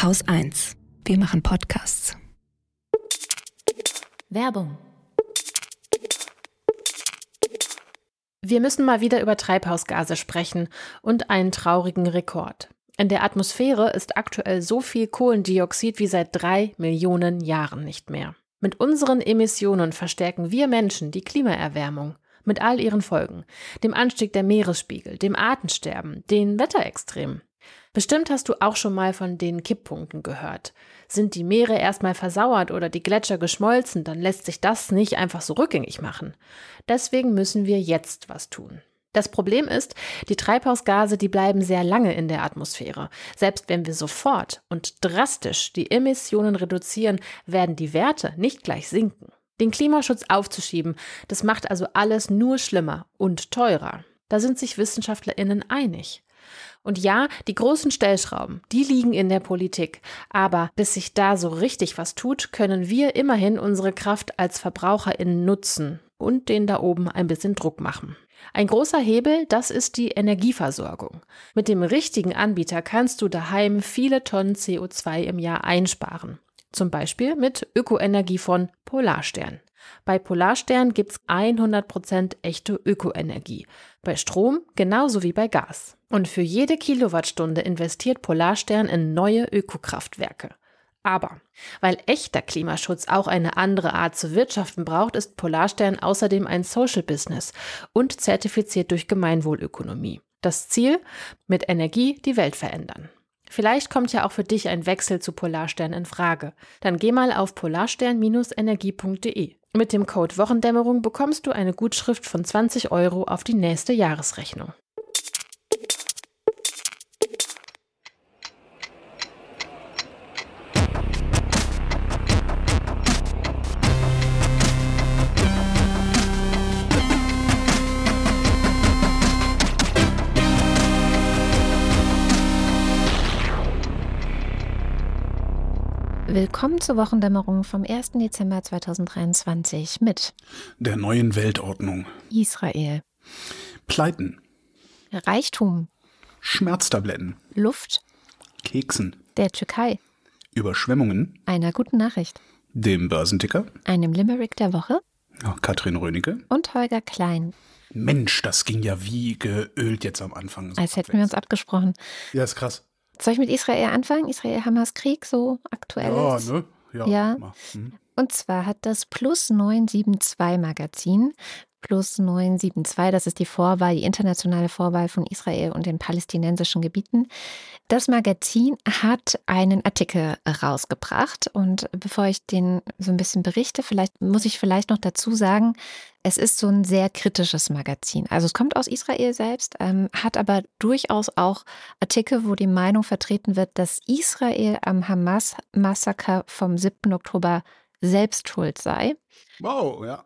Haus 1. Wir machen Podcasts. Werbung. Wir müssen mal wieder über Treibhausgase sprechen und einen traurigen Rekord. In der Atmosphäre ist aktuell so viel Kohlendioxid wie seit 3 Millionen Jahren nicht mehr. Mit unseren Emissionen verstärken wir Menschen die Klimaerwärmung. Mit all ihren Folgen. Dem Anstieg der Meeresspiegel, dem Artensterben, den Wetterextremen. Bestimmt hast du auch schon mal von den Kipppunkten gehört. Sind die Meere erstmal versauert oder die Gletscher geschmolzen, dann lässt sich das nicht einfach so rückgängig machen. Deswegen müssen wir jetzt was tun. Das Problem ist, die Treibhausgase, die bleiben sehr lange in der Atmosphäre. Selbst wenn wir sofort und drastisch die Emissionen reduzieren, werden die Werte nicht gleich sinken. Den Klimaschutz aufzuschieben, das macht also alles nur schlimmer und teurer. Da sind sich WissenschaftlerInnen einig. Und ja, die großen Stellschrauben, die liegen in der Politik. Aber bis sich da so richtig was tut, können wir immerhin unsere Kraft als VerbraucherInnen nutzen und denen da oben ein bisschen Druck machen. Ein großer Hebel, das ist die Energieversorgung. Mit dem richtigen Anbieter kannst du daheim viele Tonnen CO2 im Jahr einsparen. Zum Beispiel mit Ökoenergie von Polarstern. Bei Polarstern gibt's 100% echte Ökoenergie. Bei Strom genauso wie bei Gas. Und für jede Kilowattstunde investiert Polarstern in neue Ökokraftwerke. Aber weil echter Klimaschutz auch eine andere Art zu wirtschaften braucht, ist Polarstern außerdem ein Social Business und zertifiziert durch Gemeinwohlökonomie. Das Ziel? Mit Energie die Welt verändern. Vielleicht kommt ja auch für dich ein Wechsel zu Polarstern in Frage. Dann geh mal auf polarstern-energie.de. Mit dem Code Wochendämmerung bekommst du eine Gutschrift von 20 € auf die nächste Jahresrechnung. Willkommen zur Wochendämmerung vom 1. Dezember 2023 mit der neuen Weltordnung, Israel, Pleiten, Reichtum, Schmerztabletten, Luft, Keksen, der Türkei, Überschwemmungen, einer guten Nachricht, dem Börsenticker, einem Limerick der Woche, Katrin Rönecke und Holger Klein. Mensch, das ging ja wie geölt jetzt am Anfang. So als hätten wir uns abgesprochen. Ja, ist krass. Soll ich mit Israel anfangen? Israel-Hamas-Krieg, so aktuell ist? Ja, ne? Ja. Und zwar hat das Plus 972 Magazin, Plus 972, das ist die Vorwahl, die internationale Vorwahl von Israel und den palästinensischen Gebieten. Das Magazin hat einen Artikel rausgebracht und bevor ich den so ein bisschen berichte, muss ich noch dazu sagen, es ist so ein sehr kritisches Magazin. Also es kommt aus Israel selbst, hat aber durchaus auch Artikel, wo die Meinung vertreten wird, dass Israel am Hamas-Massaker vom 7. Oktober selbst schuld sei. Wow, ja.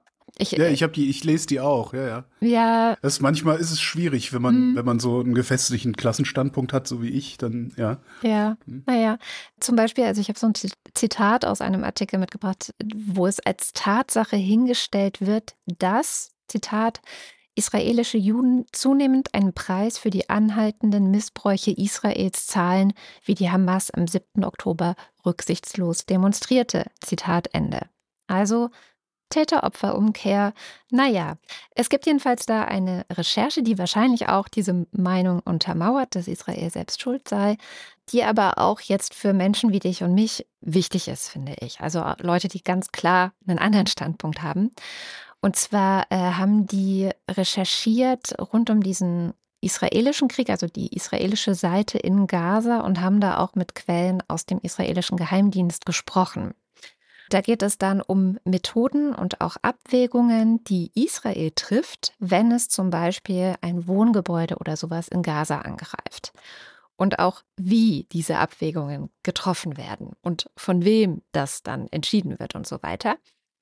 Ich lese die auch, ja. Ja. Manchmal ist es schwierig, wenn man so einen gefestigten Klassenstandpunkt hat, so wie ich, dann, ja. Ja, naja, zum Beispiel, also ich habe so ein Zitat aus einem Artikel mitgebracht, wo es als Tatsache hingestellt wird, dass, Zitat, israelische Juden zunehmend einen Preis für die anhaltenden Missbräuche Israels zahlen, wie die Hamas am 7. Oktober rücksichtslos demonstrierte. Zitat Ende. Also Täter-Opfer-Umkehr. Naja, es gibt jedenfalls da eine Recherche, die wahrscheinlich auch diese Meinung untermauert, dass Israel selbst schuld sei, die aber auch jetzt für Menschen wie dich und mich wichtig ist, finde ich. Also Leute, die ganz klar einen anderen Standpunkt haben. Und zwar haben die recherchiert rund um diesen israelischen Krieg, also die israelische Seite in Gaza, und haben da auch mit Quellen aus dem israelischen Geheimdienst gesprochen. Da geht es dann um Methoden und auch Abwägungen, die Israel trifft, wenn es zum Beispiel ein Wohngebäude oder sowas in Gaza angreift. Und auch wie diese Abwägungen getroffen werden und von wem das dann entschieden wird und so weiter.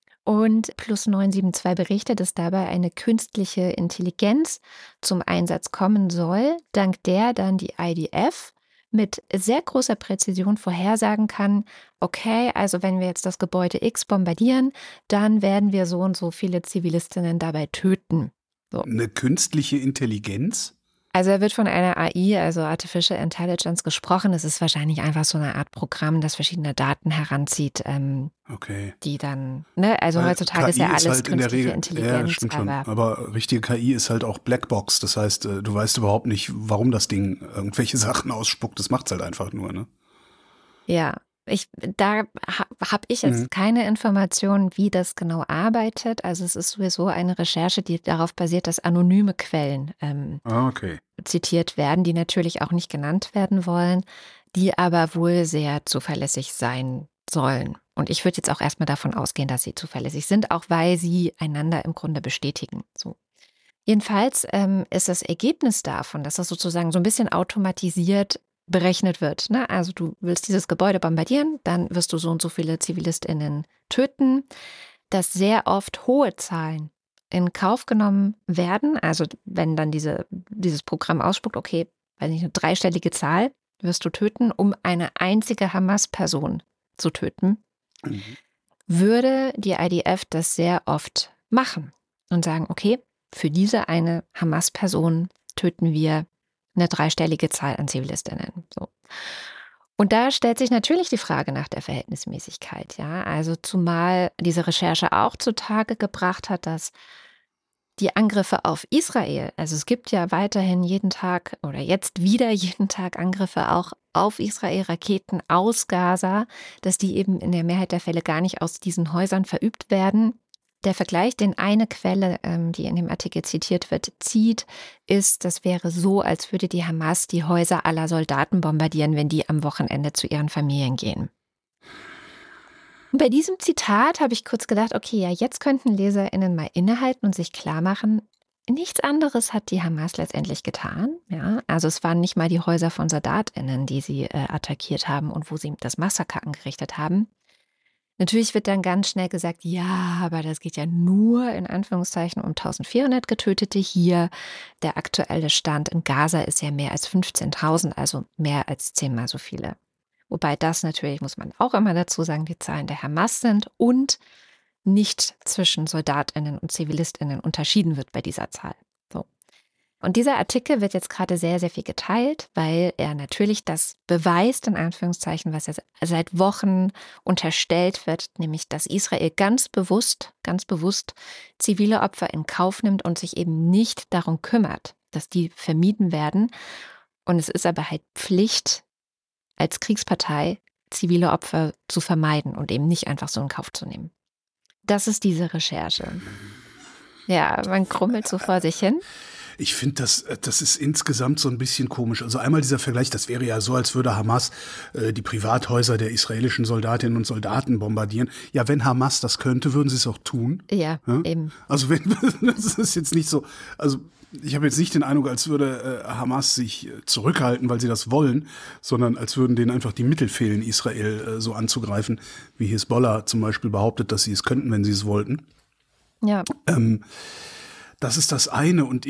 Und Plus 972 berichtet, dass dabei eine künstliche Intelligenz zum Einsatz kommen soll, dank der dann die IDF mit sehr großer Präzision vorhersagen kann, okay, also wenn wir jetzt das Gebäude X bombardieren, dann werden wir so und so viele Zivilistinnen dabei töten. So. Eine künstliche Intelligenz? Also da wird von einer AI, also Artificial Intelligence, gesprochen. Es ist wahrscheinlich einfach so eine Art Programm, das verschiedene Daten heranzieht, Okay. die dann, ne, also Weil heutzutage ist KI ja alles halt in der künstliche Regel, ja, Intelligenz, stimmt schon. aber Aber richtige KI ist halt auch Blackbox. Das heißt, du weißt überhaupt nicht, warum das Ding irgendwelche Sachen ausspuckt. Das macht's halt einfach nur, ne? ja, da habe ich Mhm. jetzt keine Informationen, wie das genau arbeitet. Also es ist sowieso eine Recherche, die darauf basiert, dass anonyme Quellen Ah, okay. zitiert werden, die natürlich auch nicht genannt werden wollen, die aber wohl sehr zuverlässig sein sollen. Und ich würde jetzt auch erstmal davon ausgehen, dass sie zuverlässig sind, auch weil sie einander im Grunde bestätigen. So. Jedenfalls ist das Ergebnis davon, dass das sozusagen so ein bisschen automatisiert berechnet wird. Ne? Also du willst dieses Gebäude bombardieren, dann wirst du so und so viele ZivilistInnen töten, dass sehr oft hohe Zahlen in Kauf genommen werden. Also wenn dann dieses Programm ausspuckt, okay, weiß nicht, eine dreistellige Zahl wirst du töten, um eine einzige Hamas-Person zu töten, Mhm. würde die IDF das sehr oft machen und sagen, okay, für diese eine Hamas-Person töten wir eine dreistellige Zahl an ZivilistInnen. So. Und da stellt sich natürlich die Frage nach der Verhältnismäßigkeit, ja. Also zumal diese Recherche auch zutage gebracht hat, dass die Angriffe auf Israel, also es gibt ja weiterhin jeden Tag oder jetzt wieder jeden Tag Angriffe auch auf Israel, Raketen aus Gaza, dass die eben in der Mehrheit der Fälle gar nicht aus diesen Häusern verübt werden. Der Vergleich, den eine Quelle, die in dem Artikel zitiert wird, zieht, ist, das wäre so, als würde die Hamas die Häuser aller Soldaten bombardieren, wenn die am Wochenende zu ihren Familien gehen. Und bei diesem Zitat habe ich kurz gedacht, okay, ja, jetzt könnten LeserInnen mal innehalten und sich klar machen, nichts anderes hat die Hamas letztendlich getan. Ja? Also es waren nicht mal die Häuser von SoldatInnen, die sie attackiert haben und wo sie das Massaker angerichtet haben. Natürlich wird dann ganz schnell gesagt, ja, aber das geht ja nur in Anführungszeichen um 1400 Getötete hier. Der aktuelle Stand in Gaza ist ja mehr als 15.000, also mehr als 10-mal so viele. Wobei das natürlich, muss man auch immer dazu sagen, die Zahlen der Hamas sind und nicht zwischen SoldatInnen und ZivilistInnen unterschieden wird bei dieser Zahl. So. Und dieser Artikel wird jetzt gerade sehr, sehr viel geteilt, weil er natürlich das beweist, in Anführungszeichen, was ja seit Wochen unterstellt wird, nämlich, dass Israel ganz bewusst zivile Opfer in Kauf nimmt und sich eben nicht darum kümmert, dass die vermieden werden. Und es ist aber halt Pflicht, als Kriegspartei zivile Opfer zu vermeiden und eben nicht einfach so in Kauf zu nehmen. Das ist diese Recherche. Ja, man krummelt so vor sich hin. Ich finde, das ist insgesamt so ein bisschen komisch. Also einmal dieser Vergleich, das wäre ja so, als würde Hamas die Privathäuser der israelischen Soldatinnen und Soldaten bombardieren. Ja, wenn Hamas das könnte, würden sie es auch tun. Ja, eben. Also das ist jetzt nicht so, also ich habe jetzt nicht den Eindruck, als würde Hamas sich zurückhalten, weil sie das wollen, sondern als würden denen einfach die Mittel fehlen, Israel so anzugreifen, wie Hisbollah zum Beispiel behauptet, dass sie es könnten, wenn sie es wollten. Ja. Das ist das eine. Und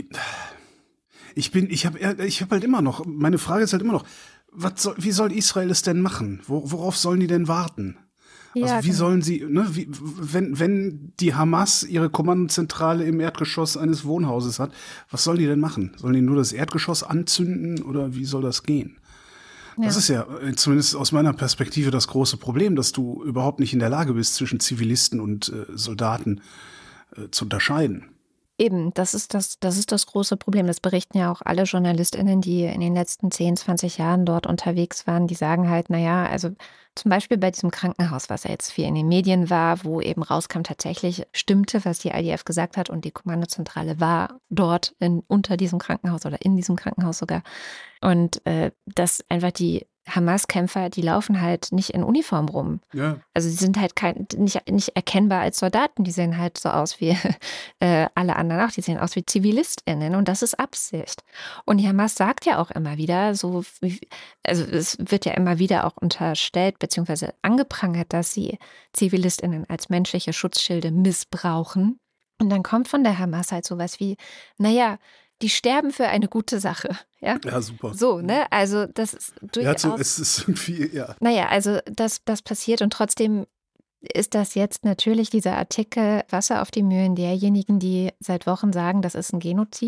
ich habe halt immer noch, meine Frage ist halt immer noch, wie soll Israel es denn machen? Worauf sollen die denn warten? Ja, Also wie genau. sollen sie, ne, wenn die Hamas ihre Kommandozentrale im Erdgeschoss eines Wohnhauses hat, was sollen die denn machen? Sollen die nur das Erdgeschoss anzünden oder wie soll das gehen? Ja. Das ist ja zumindest aus meiner Perspektive das große Problem, dass du überhaupt nicht in der Lage bist, zwischen Zivilisten und Soldaten zu unterscheiden. Eben, das ist das große Problem. Das berichten ja auch alle JournalistInnen, die in den letzten 10, 20 Jahren dort unterwegs waren. Die sagen halt, naja, also zum Beispiel bei diesem Krankenhaus, was ja jetzt viel in den Medien war, wo eben rauskam, tatsächlich stimmte, was die IDF gesagt hat und die Kommandozentrale war dort unter diesem Krankenhaus oder in diesem Krankenhaus sogar. Und dass einfach die Hamas-Kämpfer, die laufen halt nicht in Uniform rum. Ja. Also sie sind halt nicht erkennbar als Soldaten. Die sehen halt so aus wie alle anderen auch. Die sehen aus wie ZivilistInnen und das ist Absicht. Und die Hamas sagt ja auch immer wieder, also es wird ja immer wieder auch unterstellt bzw. angeprangert, dass sie ZivilistInnen als menschliche Schutzschilde missbrauchen. Und dann kommt von der Hamas halt sowas wie, naja, die sterben für eine gute Sache. Ja, Ja, super. so, ne? Also das ist durchaus. Ja, so, es ist irgendwie, ja. Naja, also das passiert und trotzdem ist das jetzt natürlich dieser Artikel Wasser auf die Mühlen derjenigen, die seit Wochen sagen, das ist ein Genozid.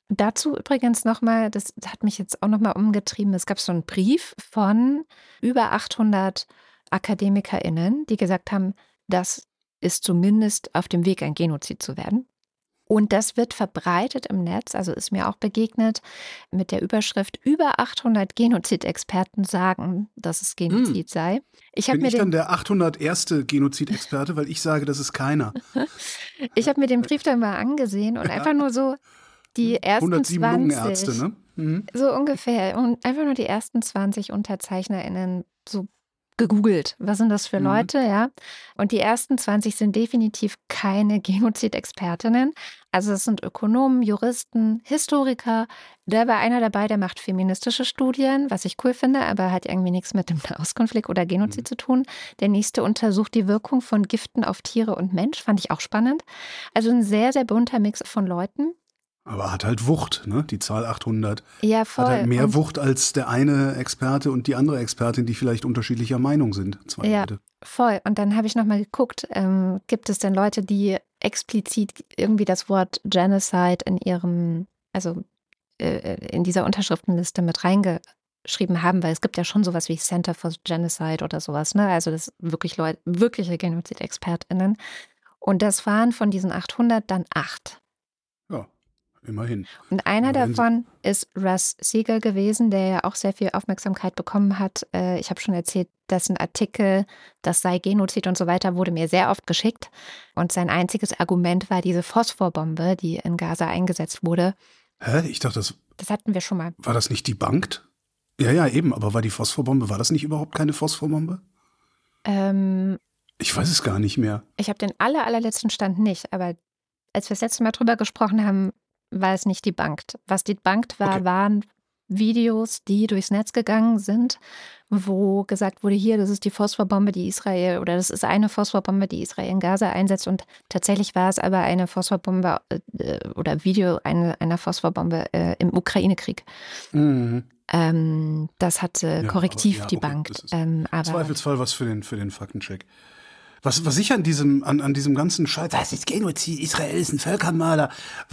Dazu übrigens nochmal, das hat mich jetzt auch nochmal umgetrieben, es gab so einen Brief von über 800 AkademikerInnen, die gesagt haben, das ist zumindest auf dem Weg, ein Genozid zu werden. Und das wird verbreitet im Netz, also ist mir auch begegnet, mit der Überschrift: über 800 Genozidexperten sagen, dass es Genozid sei. Bin ich dann der 801. Genozidexperte, weil ich sage, das ist keiner. Ich habe mir den Brief dann mal angesehen und einfach nur so die ersten 107 20, Lungenärzte, ne? Mhm. so ungefähr, und einfach nur die ersten 20 UnterzeichnerInnen so gegoogelt. Was sind das für Leute, ja? Und die ersten 20 sind definitiv keine Genozidexpertinnen. Also es sind Ökonomen, Juristen, Historiker. Da war einer dabei, der macht feministische Studien, was ich cool finde, aber hat irgendwie nichts mit dem Nahostkonflikt oder Genozid zu tun. Der nächste untersucht die Wirkung von Giften auf Tiere und Mensch, fand ich auch spannend. Also ein sehr, sehr bunter Mix von Leuten. Aber hat halt Wucht, ne? Die Zahl 800 Ja, voll. hat halt mehr Wucht als der eine Experte und die andere Expertin, die vielleicht unterschiedlicher Meinung sind. Ja, voll. Und dann habe ich nochmal geguckt, gibt es denn Leute, die explizit irgendwie das Wort Genocide in ihrem, also in dieser Unterschriftenliste mit reingeschrieben haben, weil es gibt ja schon sowas wie Center for Genocide oder sowas, ne? Also das wirklich Leute, wirkliche Genozid-ExpertInnen. Und das waren von diesen 800 dann 8. Ja. Immerhin. Und einer davon ist Russ Siegel gewesen, der ja auch sehr viel Aufmerksamkeit bekommen hat. Ich habe schon erzählt, dessen Artikel, das sei Genozid und so weiter, wurde mir sehr oft geschickt. Und sein einziges Argument war diese Phosphorbombe, die in Gaza eingesetzt wurde. Hä? Ich dachte, das hatten wir schon mal. War das nicht debunked? Ja, eben, aber war die Phosphorbombe, war das nicht überhaupt keine Phosphorbombe? Ich weiß es gar nicht mehr. Ich habe den allerletzten Stand nicht, aber als wir das letzte Mal drüber gesprochen haben, war es nicht debunked. Was debunked war, waren Videos, die durchs Netz gegangen sind, wo gesagt wurde, hier, das ist die Phosphorbombe, die Israel, oder das ist eine Phosphorbombe, die Israel in Gaza einsetzt. Und tatsächlich war es aber eine Phosphorbombe oder Video einer Phosphorbombe im Ukraine-Krieg. Mhm. Das hatte korrektiv debunked. Aber Zweifelsfall was für den Faktencheck. Was ich an diesem ganzen Scheiß, das ist Genozid, Israel ist ein Völkermörder,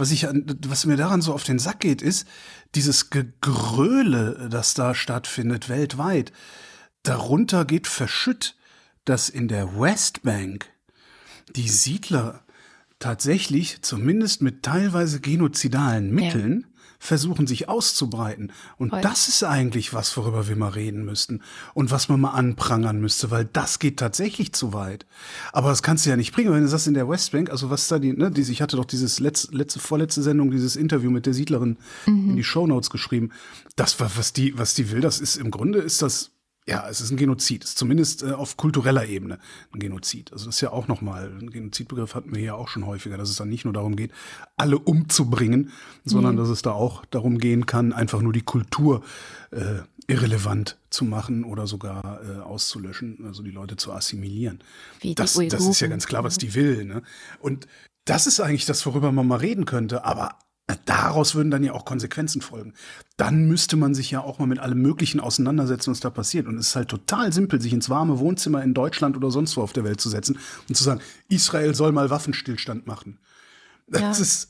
was mir daran so auf den Sack geht, ist dieses Gegröle, das da stattfindet weltweit. Darunter geht verschütt, dass in der Westbank die Siedler tatsächlich zumindest mit teilweise genozidalen Mitteln versuchen, sich auszubreiten. Und das ist eigentlich was, worüber wir mal reden müssten und was man mal anprangern müsste, weil das geht tatsächlich zu weit. Aber das kannst du ja nicht bringen, wenn du sagst, in der Westbank, also was da ich hatte doch dieses vorletzte Sendung, dieses Interview mit der Siedlerin in die Shownotes geschrieben. Das war, was die will, das ist im Grunde ist das, ja, es ist ein Genozid. Es ist zumindest auf kultureller Ebene ein Genozid. Also das ist ja auch nochmal, ein Genozidbegriff hatten wir hier auch schon häufiger, dass es dann nicht nur darum geht, alle umzubringen, sondern dass es da auch darum gehen kann, einfach nur die Kultur irrelevant zu machen oder sogar auszulöschen, also die Leute zu assimilieren. Das ist ja ganz klar, was die will, ne? Und das ist eigentlich das, worüber man mal reden könnte, aber daraus würden dann ja auch Konsequenzen folgen. Dann müsste man sich ja auch mal mit allem Möglichen auseinandersetzen, was da passiert. Und es ist halt total simpel, sich ins warme Wohnzimmer in Deutschland oder sonst wo auf der Welt zu setzen und zu sagen, Israel soll mal Waffenstillstand machen. Das ist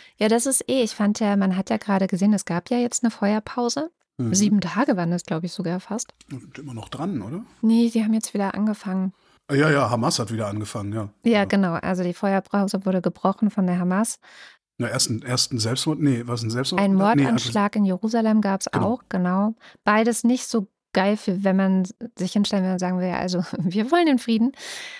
ich fand ja, man hat ja gerade gesehen, es gab ja jetzt eine Feuerpause. 7 Tage waren das, glaube ich, sogar fast. Und immer noch dran, oder? Nee, die haben jetzt wieder angefangen. Ja, Hamas hat wieder angefangen, ja. Ja, genau. Also die Feuerpause wurde gebrochen von der Hamas. Na, ersten Selbstmord? Nee, was ein Selbstmord? Ein Mordanschlag in Jerusalem gab es auch, genau. Beides nicht so geil, für wenn man sich hinstellen will und sagen will, also wir wollen den Frieden.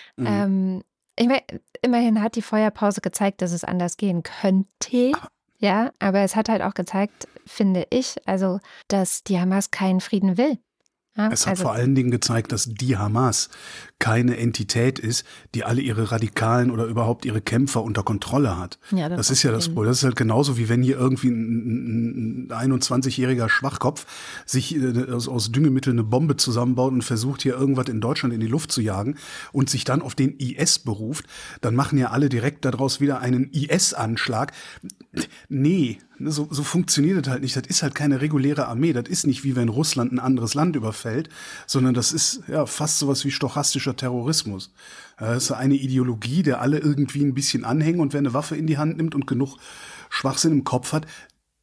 Ich meine, immerhin hat die Feuerpause gezeigt, dass es anders gehen könnte. Ja, aber es hat halt auch gezeigt, finde ich, also, dass die Hamas keinen Frieden will. Ja, es hat vor allen Dingen gezeigt, dass die Hamas keine Entität ist, die alle ihre Radikalen oder überhaupt ihre Kämpfer unter Kontrolle hat. Ja, das ist ja das Problem. Das ist halt genauso, wie wenn hier irgendwie ein 21-jähriger Schwachkopf sich aus Düngemitteln eine Bombe zusammenbaut und versucht, hier irgendwas in Deutschland in die Luft zu jagen und sich dann auf den IS beruft. Dann machen ja alle direkt daraus wieder einen IS-Anschlag. Nee, so funktioniert das halt nicht. Das ist halt keine reguläre Armee. Das ist nicht wie wenn Russland ein anderes Land überfällt, sondern das ist ja fast sowas wie stochastischer Terrorismus. Das ist eine Ideologie, der alle irgendwie ein bisschen anhängen und wer eine Waffe in die Hand nimmt und genug Schwachsinn im Kopf hat,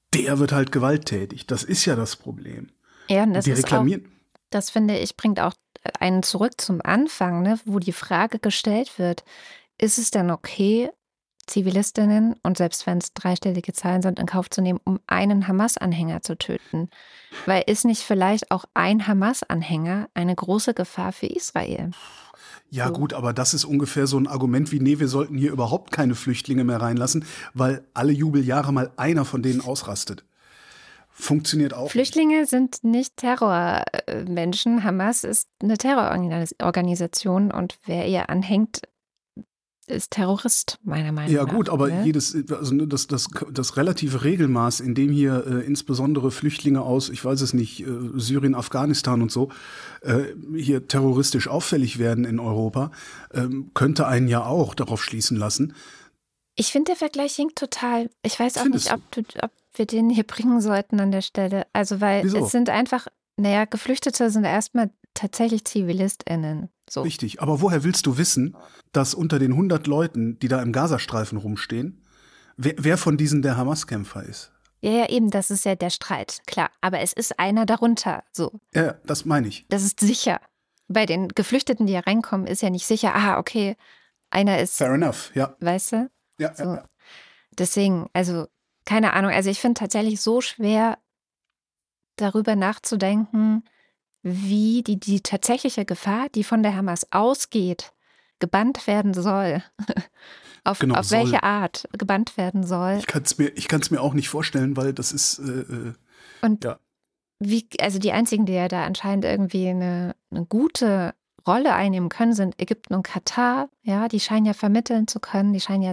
der wird halt gewalttätig. Das ist ja das Problem. Ja, und das Die ist reklamieren. auch, das finde ich, bringt auch einen zurück zum Anfang, ne, wo die Frage gestellt wird, ist es denn okay, Zivilistinnen und selbst wenn es dreistellige Zahlen sind, in Kauf zu nehmen, um einen Hamas-Anhänger zu töten? Weil ist nicht vielleicht auch ein Hamas-Anhänger eine große Gefahr für Israel? Ja So. gut, aber das ist ungefähr so ein Argument wie, nee, wir sollten hier überhaupt keine Flüchtlinge mehr reinlassen, weil alle Jubeljahre mal einer von denen ausrastet. Funktioniert auch Flüchtlinge sind nicht Terrormenschen. Hamas ist eine Terrororganisation und wer ihr anhängt, ist Terrorist, meiner Meinung Ja nach. gut, aber ne? das relative Regelmaß, in dem hier insbesondere Flüchtlinge aus, ich weiß es nicht, Syrien, Afghanistan und so, hier terroristisch auffällig werden in Europa, könnte einen ja auch darauf schließen lassen. Ich finde, der Vergleich hinkt total. Ich weiß auch Findest nicht, ob wir den hier bringen sollten an der Stelle. Also, weil Wieso? es sind einfach, Geflüchtete sind erstmal tatsächlich ZivilistInnen. So. Richtig, aber woher willst du wissen, dass unter den 100 Leuten, die da im Gazastreifen rumstehen, wer von diesen der Hamas-Kämpfer ist? Ja, eben, das ist ja der Streit, klar. Aber es ist einer darunter, so. Ja, das meine ich. Das ist sicher. Bei den Geflüchteten, die hier reinkommen, ist ja nicht sicher, okay, einer ist, Fair enough, ja. weißt du? Ja, So. ja. Deswegen, also, keine Ahnung. Also, ich finde tatsächlich so schwer, darüber nachzudenken, wie die tatsächliche Gefahr, die von der Hamas ausgeht, gebannt werden soll. auf Genau, soll. welche Art gebannt werden soll. Ich kann's mir auch nicht vorstellen, weil das ist, Und ja. also die einzigen, die ja da anscheinend irgendwie eine gute Rolle einnehmen können, sind Ägypten und Katar. Ja, die scheinen ja vermitteln zu können. Die scheinen ja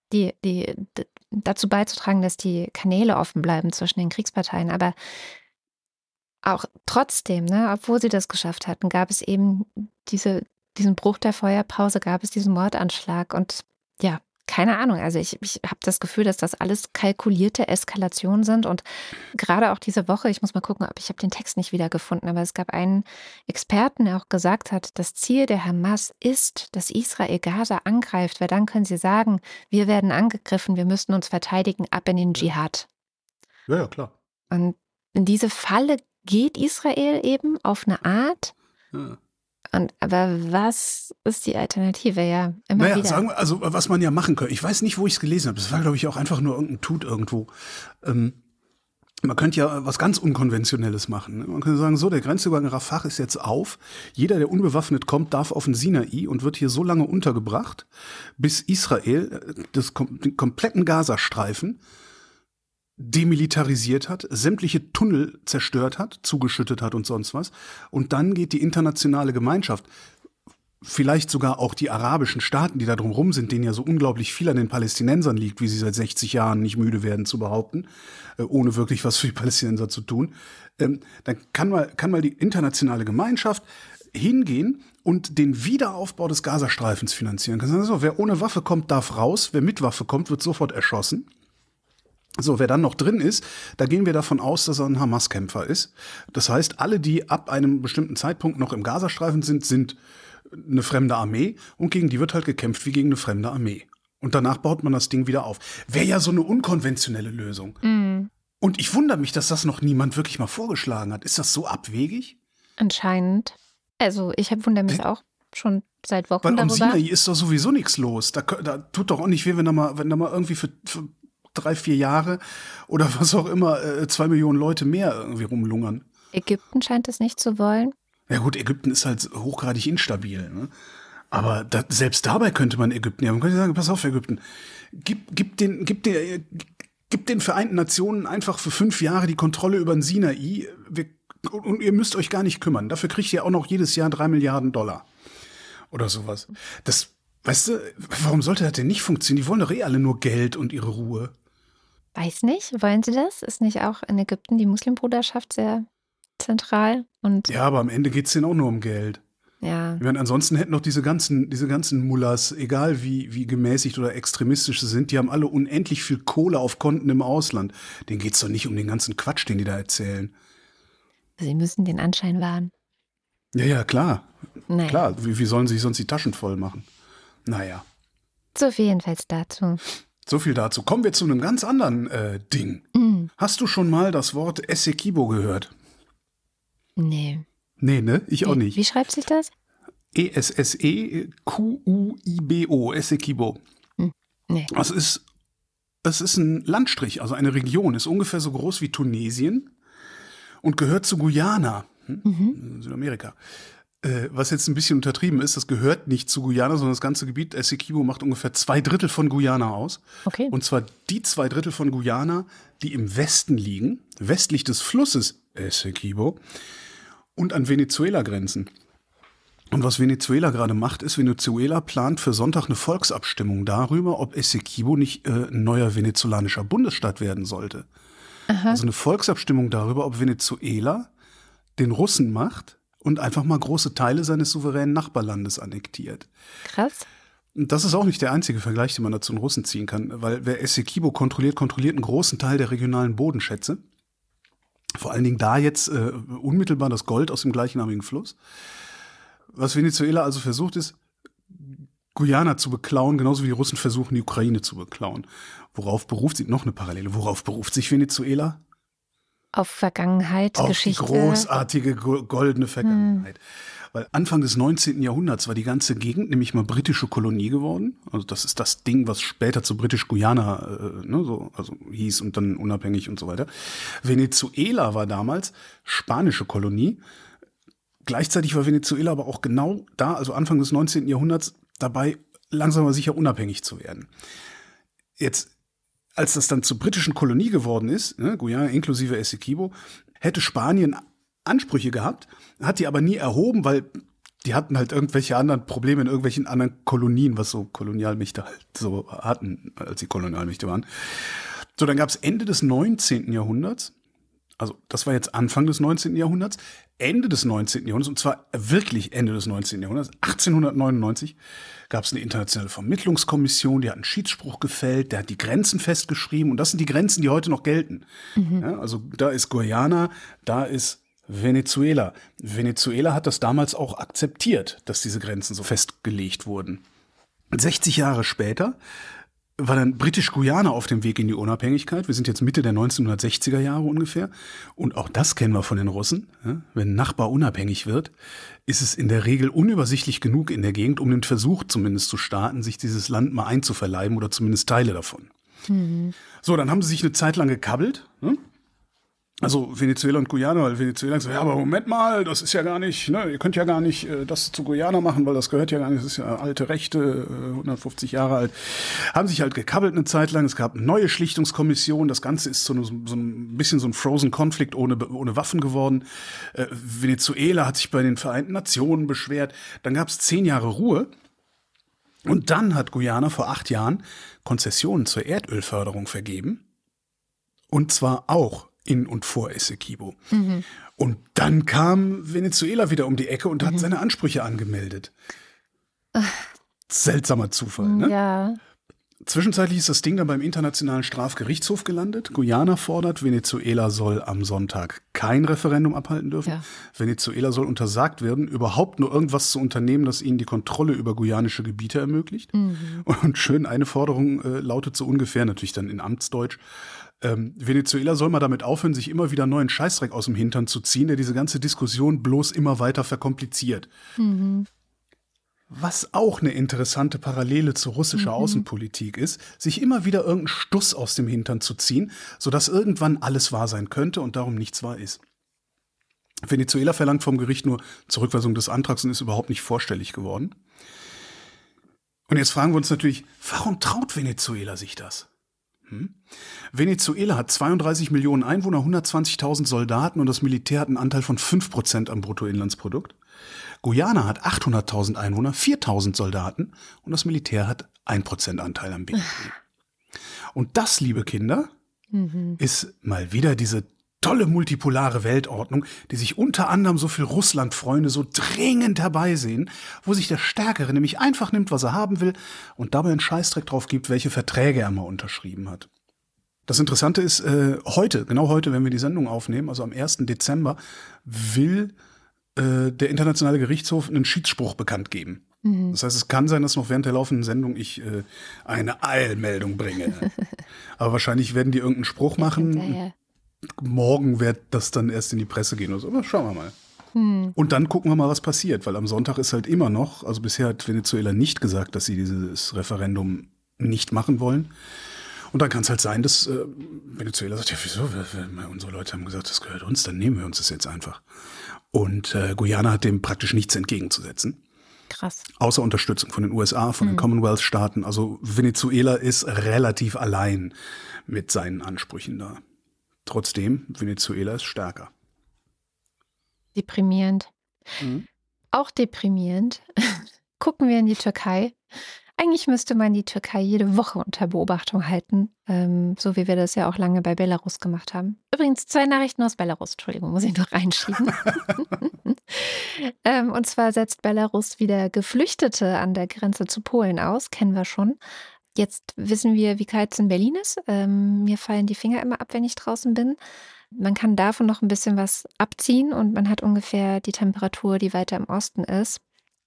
dazu beizutragen, dass die Kanäle offen bleiben zwischen den Kriegsparteien. Aber auch trotzdem, ne, obwohl sie das geschafft hatten, gab es eben diesen Bruch der Feuerpause, gab es diesen Mordanschlag. Und ja, keine Ahnung. Also ich habe das Gefühl, dass das alles kalkulierte Eskalationen sind. Und gerade auch diese Woche, ich muss mal gucken, ich habe den Text nicht wiedergefunden, aber es gab einen Experten, der auch gesagt hat, das Ziel der Hamas ist, dass Israel Gaza angreift, weil dann können sie sagen, wir werden angegriffen, wir müssen uns verteidigen, ab in den Dschihad. Ja, klar. Und in diese Falle geht Israel eben auf eine Art. Ja. Aber was ist die Alternative? Ja, immer Naja, wieder. sagen wir, also was man ja machen könnte, ich weiß nicht, wo ich es gelesen habe, das war, glaube ich, auch einfach nur irgendein Tut irgendwo. Man könnte ja was ganz Unkonventionelles machen. Man könnte sagen, so, der Grenzübergang Rafah ist jetzt auf. Jeder, der unbewaffnet kommt, darf auf den Sinai und wird hier so lange untergebracht, bis Israel den kompletten Gazastreifen demilitarisiert hat, sämtliche Tunnel zerstört hat, zugeschüttet hat und sonst was. Und dann geht die internationale Gemeinschaft, vielleicht sogar auch die arabischen Staaten, die da drumherum sind, denen ja so unglaublich viel an den Palästinensern liegt, wie sie seit 60 Jahren nicht müde werden zu behaupten, ohne wirklich was für die Palästinenser zu tun, dann kann mal die internationale Gemeinschaft hingehen und den Wiederaufbau des Gazastreifens finanzieren. Kann sagen, so, wer ohne Waffe kommt, darf raus, wer mit Waffe kommt, wird sofort erschossen. So, wer dann noch drin ist, da gehen wir davon aus, dass er ein Hamas-Kämpfer ist. Das heißt, alle, die ab einem bestimmten Zeitpunkt noch im Gazastreifen sind eine fremde Armee und gegen die wird halt gekämpft wie gegen eine fremde Armee. Und danach baut man das Ding wieder auf. Wäre ja so eine unkonventionelle Lösung. Mhm. Und ich wundere mich, dass das noch niemand wirklich mal vorgeschlagen hat. Ist das so abwegig? Anscheinend. Also ich wundere mich auch schon seit Wochen Weil am darüber. Sinai ist doch sowieso nichts los. Da tut doch auch nicht weh, wenn da mal irgendwie für 3-4 Jahre oder was auch immer 2 Millionen Leute mehr irgendwie rumlungern. Ägypten scheint es nicht zu wollen. Ja gut, Ägypten ist halt hochgradig instabil. Ne? Aber selbst dabei könnte man Ägypten, ja, man könnte sagen, pass auf Ägypten, gib den Vereinten Nationen einfach für 5 Jahre die Kontrolle über den Sinai und ihr müsst euch gar nicht kümmern. Dafür kriegt ihr auch noch jedes Jahr 3 Milliarden Dollar oder sowas. Das, weißt du, warum sollte das denn nicht funktionieren? Die wollen doch alle nur Geld und ihre Ruhe. Weiß nicht, wollen sie das? Ist nicht auch in Ägypten die Muslimbruderschaft sehr zentral? Und Ja, aber am Ende geht's denen auch nur um Geld. ja, Ich meine, ansonsten hätten doch diese ganzen Mullahs, egal wie gemäßigt oder extremistisch sie sind, die haben alle unendlich viel Kohle auf Konten im Ausland. Denen geht's doch nicht um den ganzen Quatsch, den die da erzählen. sie müssen den Anschein wahren. Ja, klar. Naja. Klar, wie sollen sie sich sonst die Taschen voll machen? Naja. So viel jedenfalls dazu. So viel dazu. Kommen wir zu einem ganz anderen Ding. Hast du schon mal das Wort Essequibo gehört? Nee. Nee, ne? Ich auch nicht. Wie schreibt sich das? Essequibo, Essequibo. Nee. Es ist ein Landstrich, also eine Region, ist ungefähr so groß wie Tunesien und gehört zu Guyana, Südamerika. Was jetzt ein bisschen untertrieben ist, das gehört nicht zu Guyana, sondern das ganze Gebiet Essequibo macht ungefähr 2/3 von Guyana aus. Okay. Und zwar die 2/3 von Guyana, die im Westen liegen, westlich des Flusses Essequibo und an Venezuela grenzen. Und was Venezuela gerade macht, ist, Venezuela plant für Sonntag eine Volksabstimmung darüber, ob Essequibo nicht ein neuer venezolanischer Bundesstaat werden sollte. Aha. Also eine Volksabstimmung darüber, ob Venezuela den Russen macht und einfach mal große Teile seines souveränen Nachbarlandes annektiert. Krass. Und das ist auch nicht der einzige Vergleich, den man da zu den Russen ziehen kann, weil wer Essequibo kontrolliert einen großen Teil der regionalen Bodenschätze. Vor allen Dingen da jetzt unmittelbar das Gold aus dem gleichnamigen Fluss. Was Venezuela also versucht ist, Guyana zu beklauen, genauso wie die Russen versuchen, die Ukraine zu beklauen. Worauf beruft sich, noch eine Parallele, worauf beruft sich Venezuela? Auf Vergangenheit, auf Geschichte. Auf die großartige goldene Vergangenheit. Weil Anfang des 19. Jahrhunderts war die ganze Gegend nämlich mal britische Kolonie geworden. Also das ist das Ding, was später zu Britisch-Guyana also hieß und dann unabhängig und so weiter. Venezuela war damals spanische Kolonie. Gleichzeitig war Venezuela aber auch genau da, also Anfang des 19. Jahrhunderts, dabei langsam aber sicher unabhängig zu werden. Jetzt, als das dann zur britischen Kolonie geworden ist, Guyana inklusive Essequibo, hätte Spanien Ansprüche gehabt, hat die aber nie erhoben, weil die hatten halt irgendwelche anderen Probleme in irgendwelchen anderen Kolonien, was so Kolonialmächte halt so hatten, als sie Kolonialmächte waren. So, dann gab es Ende des 19. Jahrhunderts, also das war jetzt Anfang des 19. Jahrhunderts, Ende des 19. Jahrhunderts, und zwar wirklich Ende des 19. Jahrhunderts, 1899, gab es eine internationale Vermittlungskommission, die hat einen Schiedsspruch gefällt, der hat die Grenzen festgeschrieben, und das sind die Grenzen, die heute noch gelten. Ja, also da ist Guyana, da ist Venezuela. Venezuela hat das damals auch akzeptiert, dass diese Grenzen so festgelegt wurden. 60 Jahre später war dann Britisch-Guyana auf dem Weg in die Unabhängigkeit. Wir sind jetzt Mitte der 1960er Jahre ungefähr. Und auch das kennen wir von den Russen. Ja, wenn ein Nachbar unabhängig wird, ist es in der Regel unübersichtlich genug in der Gegend, um den Versuch zumindest zu starten, sich dieses Land mal einzuverleiben oder zumindest Teile davon. So, dann haben sie sich eine Zeit lang gekabbelt. Also Venezuela und Guyana, weil Venezuela sagt, ja, aber Moment mal, das ist ja gar nicht, ihr könnt ja gar nicht das zu Guyana machen, weil das gehört ja gar nicht, das ist ja alte Rechte, 150 Jahre alt. Haben sich halt gekabbelt eine Zeit lang, es gab eine neue Schlichtungskommission, das Ganze ist so ein bisschen so ein Frozen Conflict ohne Waffen geworden. Venezuela hat sich bei den Vereinten Nationen beschwert, dann gab es 10 Jahre Ruhe und dann hat Guyana vor 8 Jahren Konzessionen zur Erdölförderung vergeben, und zwar auch in und vor Essequibo. Und dann kam Venezuela wieder um die Ecke und hat seine Ansprüche angemeldet. Seltsamer Zufall, ne? Ja. Zwischenzeitlich ist das Ding dann beim Internationalen Strafgerichtshof gelandet. Guyana fordert, Venezuela soll am Sonntag kein Referendum abhalten dürfen. Ja. Venezuela soll untersagt werden, überhaupt nur irgendwas zu unternehmen, das ihnen die Kontrolle über guyanische Gebiete ermöglicht. Und schön, eine Forderung lautet so ungefähr, natürlich dann in Amtsdeutsch, Venezuela soll mal damit aufhören, sich immer wieder neuen Scheißdreck aus dem Hintern zu ziehen, der diese ganze Diskussion bloß immer weiter verkompliziert. Was auch eine interessante Parallele zur russischer Außenpolitik ist, sich immer wieder irgendeinen Stuss aus dem Hintern zu ziehen, sodass irgendwann alles wahr sein könnte und darum nichts wahr ist. Venezuela verlangt vom Gericht nur Zurückweisung des Antrags und ist überhaupt nicht vorstellig geworden. Und jetzt fragen wir uns natürlich, warum traut Venezuela sich das? Venezuela hat 32 Millionen Einwohner, 120.000 Soldaten und das Militär hat einen Anteil von 5% am Bruttoinlandsprodukt. Guyana hat 800.000 Einwohner, 4.000 Soldaten und das Militär hat 1% Anteil am BIP. Und das, liebe Kinder, ist mal wieder diese tolle multipolare Weltordnung, die sich unter anderem so viel Russlandfreunde so dringend herbeisehen, wo sich der Stärkere nämlich einfach nimmt, was er haben will und dabei einen Scheißdreck drauf gibt, welche Verträge er mal unterschrieben hat. Das Interessante ist, genau heute, wenn wir die Sendung aufnehmen, also am 1. Dezember, will der Internationale Gerichtshof einen Schiedsspruch bekannt geben. Das heißt, es kann sein, dass noch während der laufenden Sendung ich eine Eilmeldung bringe. Aber wahrscheinlich werden die irgendeinen Spruch machen. Morgen wird das dann erst in die Presse gehen oder so. Aber schauen wir mal. Und dann gucken wir mal, was passiert. Weil am Sonntag ist halt immer noch, also bisher hat Venezuela nicht gesagt, dass sie dieses Referendum nicht machen wollen. Und dann kann es halt sein, dass Venezuela sagt, ja wieso, unsere Leute haben gesagt, das gehört uns, dann nehmen wir uns das jetzt einfach. Und Guyana hat dem praktisch nichts entgegenzusetzen. Krass. Außer Unterstützung von den USA, von den Commonwealth-Staaten. Also Venezuela ist relativ allein mit seinen Ansprüchen da. Trotzdem, Venezuela ist stärker. Deprimierend. Auch deprimierend. Gucken wir in die Türkei. Eigentlich müsste man die Türkei jede Woche unter Beobachtung halten, so wie wir das ja auch lange bei Belarus gemacht haben. Übrigens 2 Nachrichten aus Belarus, Entschuldigung, muss ich noch reinschieben. Und zwar setzt Belarus wieder Geflüchtete an der Grenze zu Polen aus, kennen wir schon. Jetzt wissen wir, wie kalt es in Berlin ist. Mir fallen die Finger immer ab, wenn ich draußen bin. Man kann davon noch ein bisschen was abziehen und man hat ungefähr die Temperatur, die weiter im Osten ist.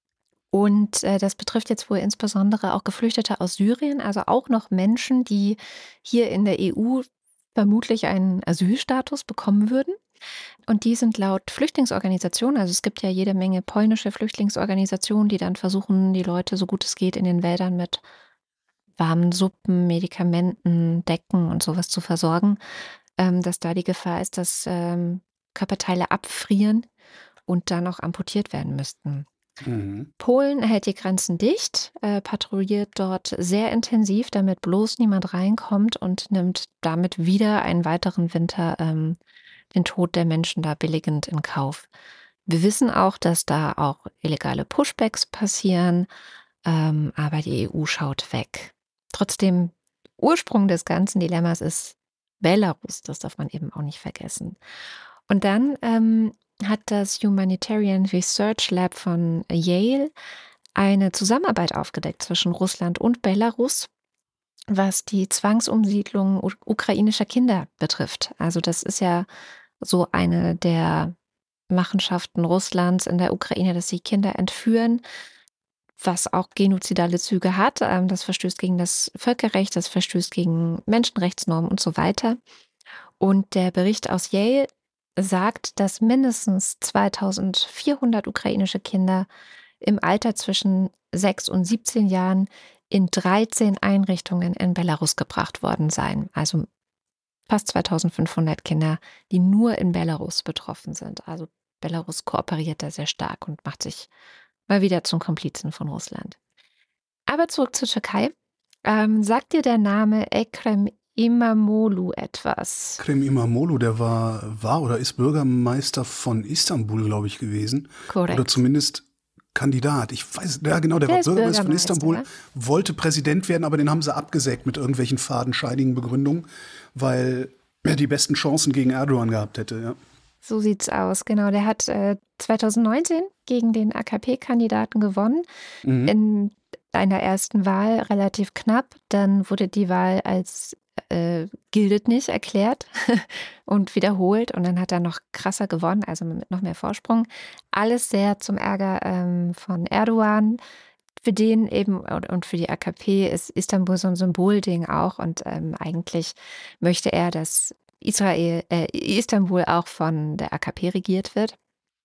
Und das betrifft jetzt wohl insbesondere auch Geflüchtete aus Syrien, also auch noch Menschen, die hier in der EU vermutlich einen Asylstatus bekommen würden. Und die sind laut Flüchtlingsorganisationen, also es gibt ja jede Menge polnische Flüchtlingsorganisationen, die dann versuchen, die Leute so gut es geht in den Wäldern mit warmen Suppen, Medikamenten, Decken und sowas zu versorgen, dass da die Gefahr ist, dass Körperteile abfrieren und dann auch amputiert werden müssten. Polen hält die Grenzen dicht, patrouilliert dort sehr intensiv, damit bloß niemand reinkommt und nimmt damit wieder einen weiteren Winter den Tod der Menschen da billigend in Kauf. Wir wissen auch, dass da auch illegale Pushbacks passieren, aber die EU schaut weg. Trotzdem, Ursprung des ganzen Dilemmas ist Belarus, das darf man eben auch nicht vergessen. Und dann hat das Humanitarian Research Lab von Yale eine Zusammenarbeit aufgedeckt zwischen Russland und Belarus, was die Zwangsumsiedlung ukrainischer Kinder betrifft. Also das ist ja so eine der Machenschaften Russlands in der Ukraine, dass sie Kinder entführen, was auch genozidale Züge hat. Das verstößt gegen das Völkerrecht, das verstößt gegen Menschenrechtsnormen und so weiter. Und der Bericht aus Yale sagt, dass mindestens 2400 ukrainische Kinder im Alter zwischen 6 und 17 Jahren in 13 Einrichtungen in Belarus gebracht worden seien. Also fast 2500 Kinder, die nur in Belarus betroffen sind. Also Belarus kooperiert da sehr stark und macht sich mal wieder zum Komplizen von Russland. Aber zurück zur Türkei. Sagt dir der Name Ekrem İmamoğlu etwas? Ekrem İmamoğlu, der war oder ist Bürgermeister von Istanbul, glaube ich, gewesen. Korrekt. Oder zumindest Kandidat. Ich weiß, ja genau, der war Bürgermeister von Istanbul, ja? Wollte Präsident werden, aber den haben sie abgesägt mit irgendwelchen fadenscheidigen Begründungen, weil er die besten Chancen gegen Erdogan gehabt hätte, ja. So sieht's aus, genau. Der hat 2019 gegen den AKP-Kandidaten gewonnen. In einer ersten Wahl relativ knapp. Dann wurde die Wahl als gilt nicht erklärt und wiederholt. Und dann hat er noch krasser gewonnen, also mit noch mehr Vorsprung. Alles sehr zum Ärger von Erdogan. Für den eben und für die AKP ist Istanbul so ein Symbolding auch. Und eigentlich möchte er, dass Istanbul auch von der AKP regiert wird.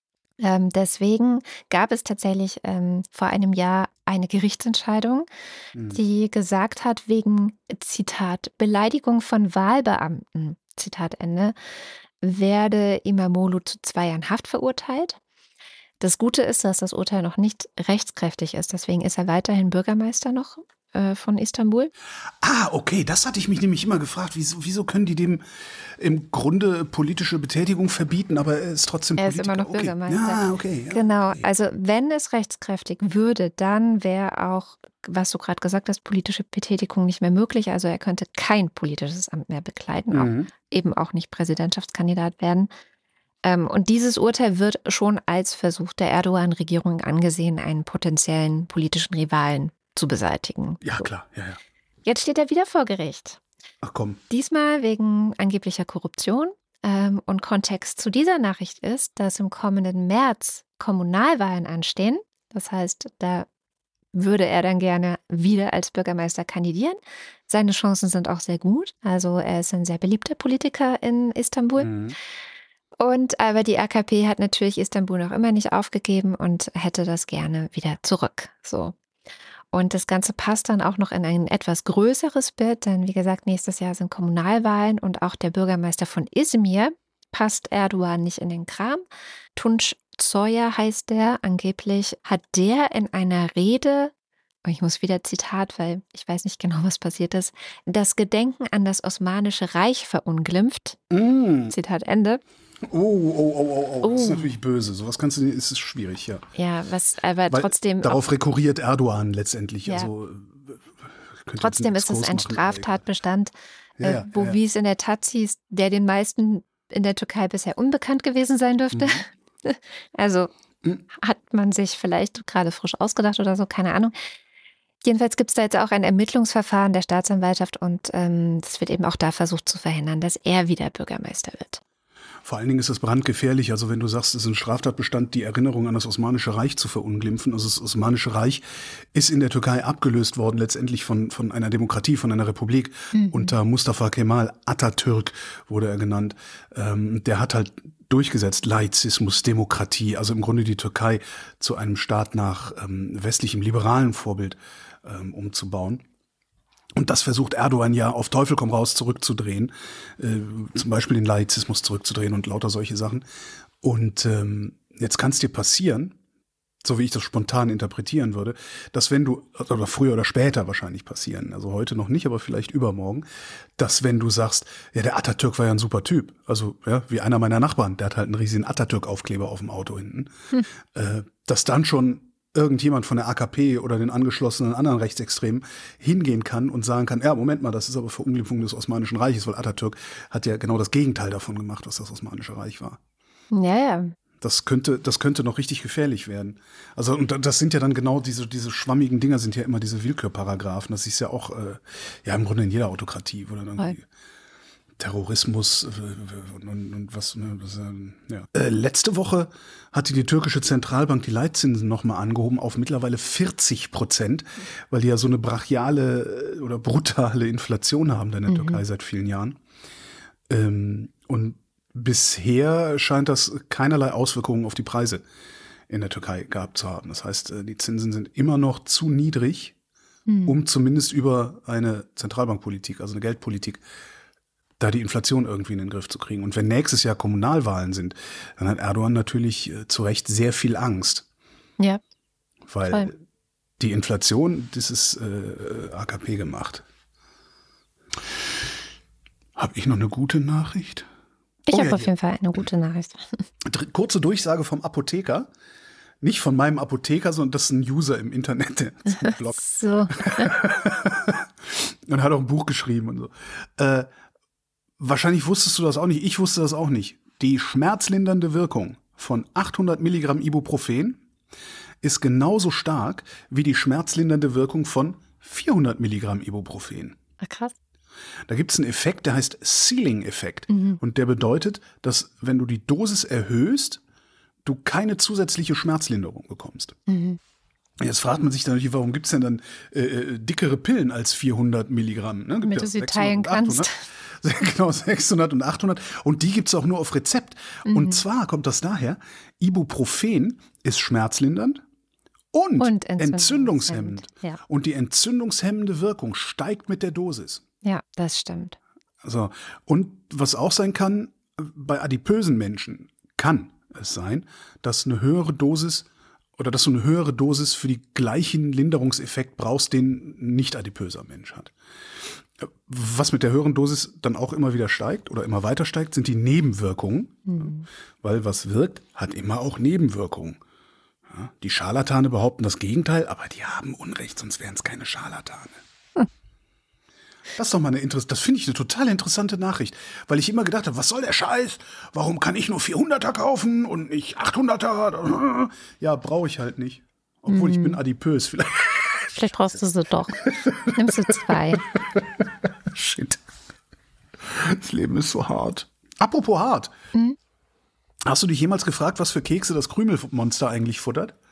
Deswegen gab es tatsächlich vor einem Jahr eine Gerichtsentscheidung, die gesagt hat, wegen, Zitat, Beleidigung von Wahlbeamten, Zitat Ende, werde İmamoğlu zu 2 Jahren Haft verurteilt. Das Gute ist, dass das Urteil noch nicht rechtskräftig ist. Deswegen ist er weiterhin Bürgermeister noch von Istanbul. Ah, okay, das hatte ich mich nämlich immer gefragt. Wieso können die dem im Grunde politische Betätigung verbieten, aber er ist trotzdem Politiker? Er ist immer noch Bürgermeister. Ja, okay. Ja, genau, okay. Also wenn es rechtskräftig würde, dann wäre auch, was du gerade gesagt hast, politische Betätigung nicht mehr möglich. Also er könnte kein politisches Amt mehr bekleiden, eben auch nicht Präsidentschaftskandidat werden. Und dieses Urteil wird schon als Versuch der Erdogan-Regierung angesehen, einen potenziellen politischen Rivalen zu beseitigen. Ja, klar. Ja. Jetzt steht er wieder vor Gericht. Ach komm. Diesmal wegen angeblicher Korruption. Und Kontext zu dieser Nachricht ist, dass im kommenden März Kommunalwahlen anstehen. Das heißt, da würde er dann gerne wieder als Bürgermeister kandidieren. Seine Chancen sind auch sehr gut. Also er ist ein sehr beliebter Politiker in Istanbul. Aber die AKP hat natürlich Istanbul noch immer nicht aufgegeben und hätte das gerne wieder zurück. So. Und das Ganze passt dann auch noch in ein etwas größeres Bild, denn wie gesagt, nächstes Jahr sind Kommunalwahlen und auch der Bürgermeister von Izmir passt Erdogan nicht in den Kram. Tunç Soyer heißt der. Angeblich hat der in einer Rede, ich muss wieder Zitat, weil ich weiß nicht genau, was passiert ist, das Gedenken an das Osmanische Reich verunglimpft. Zitat Ende. Oh, das ist natürlich böse. Sowas ist es schwierig, ja. Ja, aber weil trotzdem. Darauf rekurriert Erdogan letztendlich. Ja. Also, trotzdem ist es ein Straftatbestand, wie es in der Taz hieß, der den meisten in der Türkei bisher unbekannt gewesen sein dürfte. Also hat man sich vielleicht gerade frisch ausgedacht oder so, keine Ahnung. Jedenfalls gibt es da jetzt auch ein Ermittlungsverfahren der Staatsanwaltschaft und es wird eben auch da versucht zu verhindern, dass er wieder Bürgermeister wird. Vor allen Dingen ist es brandgefährlich. Also wenn du sagst, es ist ein Straftatbestand, die Erinnerung an das Osmanische Reich zu verunglimpfen. Also das Osmanische Reich ist in der Türkei abgelöst worden, letztendlich von einer Demokratie, von einer Republik. Unter Mustafa Kemal Atatürk wurde er genannt. Der hat halt durchgesetzt, Laizismus, Demokratie, also im Grunde die Türkei zu einem Staat nach westlichem liberalen Vorbild umzubauen. Und das versucht Erdogan ja auf Teufel komm raus zurückzudrehen, zum Beispiel den Laizismus zurückzudrehen und lauter solche Sachen. Und jetzt kann es dir passieren, so wie ich das spontan interpretieren würde, dass wenn du, oder früher oder später wahrscheinlich passieren, also heute noch nicht, aber vielleicht übermorgen, dass wenn du sagst, ja, der Atatürk war ja ein super Typ, also ja, wie einer meiner Nachbarn, der hat halt einen riesigen Atatürk-Aufkleber auf dem Auto hinten, dass dann schon irgendjemand von der AKP oder den angeschlossenen anderen Rechtsextremen hingehen kann und sagen kann, ja, Moment mal, das ist aber Verunglimpfung des Osmanischen Reiches, weil Atatürk hat ja genau das Gegenteil davon gemacht, was das Osmanische Reich war. Ja. Das könnte noch richtig gefährlich werden. Also, und das sind ja dann genau diese schwammigen Dinger, sind ja immer diese Willkürparagraphen. Das ist ja auch, im Grunde in jeder Autokratie, wo dann irgendwie Terrorismus und was. Letzte Woche hatte die türkische Zentralbank die Leitzinsen nochmal angehoben auf mittlerweile 40%, weil die ja so eine brachiale oder brutale Inflation haben in der Türkei seit vielen Jahren. Und bisher scheint das keinerlei Auswirkungen auf die Preise in der Türkei gehabt zu haben. Das heißt, die Zinsen sind immer noch zu niedrig, um zumindest über eine Zentralbankpolitik, also eine Geldpolitik, da die Inflation irgendwie in den Griff zu kriegen. Und wenn nächstes Jahr Kommunalwahlen sind, dann hat Erdogan natürlich zu Recht sehr viel Angst. Ja. Weil voll. Die Inflation, das ist AKP gemacht. Habe ich noch eine gute Nachricht? Ich habe auf jeden Fall eine gute Nachricht. Kurze Durchsage vom Apotheker. Nicht von meinem Apotheker, sondern das ist ein User im Internet, der ist ein Blog. So. Und hat auch ein Buch geschrieben und so. Wahrscheinlich wusstest du das auch nicht. Ich wusste das auch nicht. Die schmerzlindernde Wirkung von 800 Milligramm Ibuprofen ist genauso stark wie die schmerzlindernde Wirkung von 400 Milligramm Ibuprofen. Ach, krass. Da gibt es einen Effekt, der heißt Ceiling-Effekt. Und der bedeutet, dass wenn du die Dosis erhöhst, du keine zusätzliche Schmerzlinderung bekommst. Jetzt fragt man sich dann natürlich, warum gibt es denn dann dickere Pillen als 400 Milligramm? Ne? Damit du sie teilen kannst. Genau, 600 und 800. Und die gibt es auch nur auf Rezept. Und zwar kommt das daher, Ibuprofen ist schmerzlindernd und entzündungshemmend. Ja. Und die entzündungshemmende Wirkung steigt mit der Dosis. Ja, das stimmt. So. Und was auch sein kann, bei adipösen Menschen kann es sein, dass eine höhere Dosis oder dass du eine höhere Dosis für die gleichen Linderungseffekt brauchst, den ein nicht adipöser Mensch hat. Was mit der höheren Dosis dann auch immer wieder steigt oder immer weiter steigt, sind die Nebenwirkungen. Weil was wirkt, hat immer auch Nebenwirkungen. Ja, die Scharlatane behaupten das Gegenteil, aber die haben Unrecht, sonst wären es keine Scharlatane. Das ist doch mal das finde ich eine total interessante Nachricht, weil ich immer gedacht habe, was soll der Scheiß? Warum kann ich nur 400er kaufen und nicht 800er? Ja, brauche ich halt nicht. Obwohl ich bin adipös. Vielleicht brauchst du sie doch. Nimmst du 2. Shit. Das Leben ist so hart. Apropos hart. Hast du dich jemals gefragt, was für Kekse das Krümelmonster eigentlich futtert?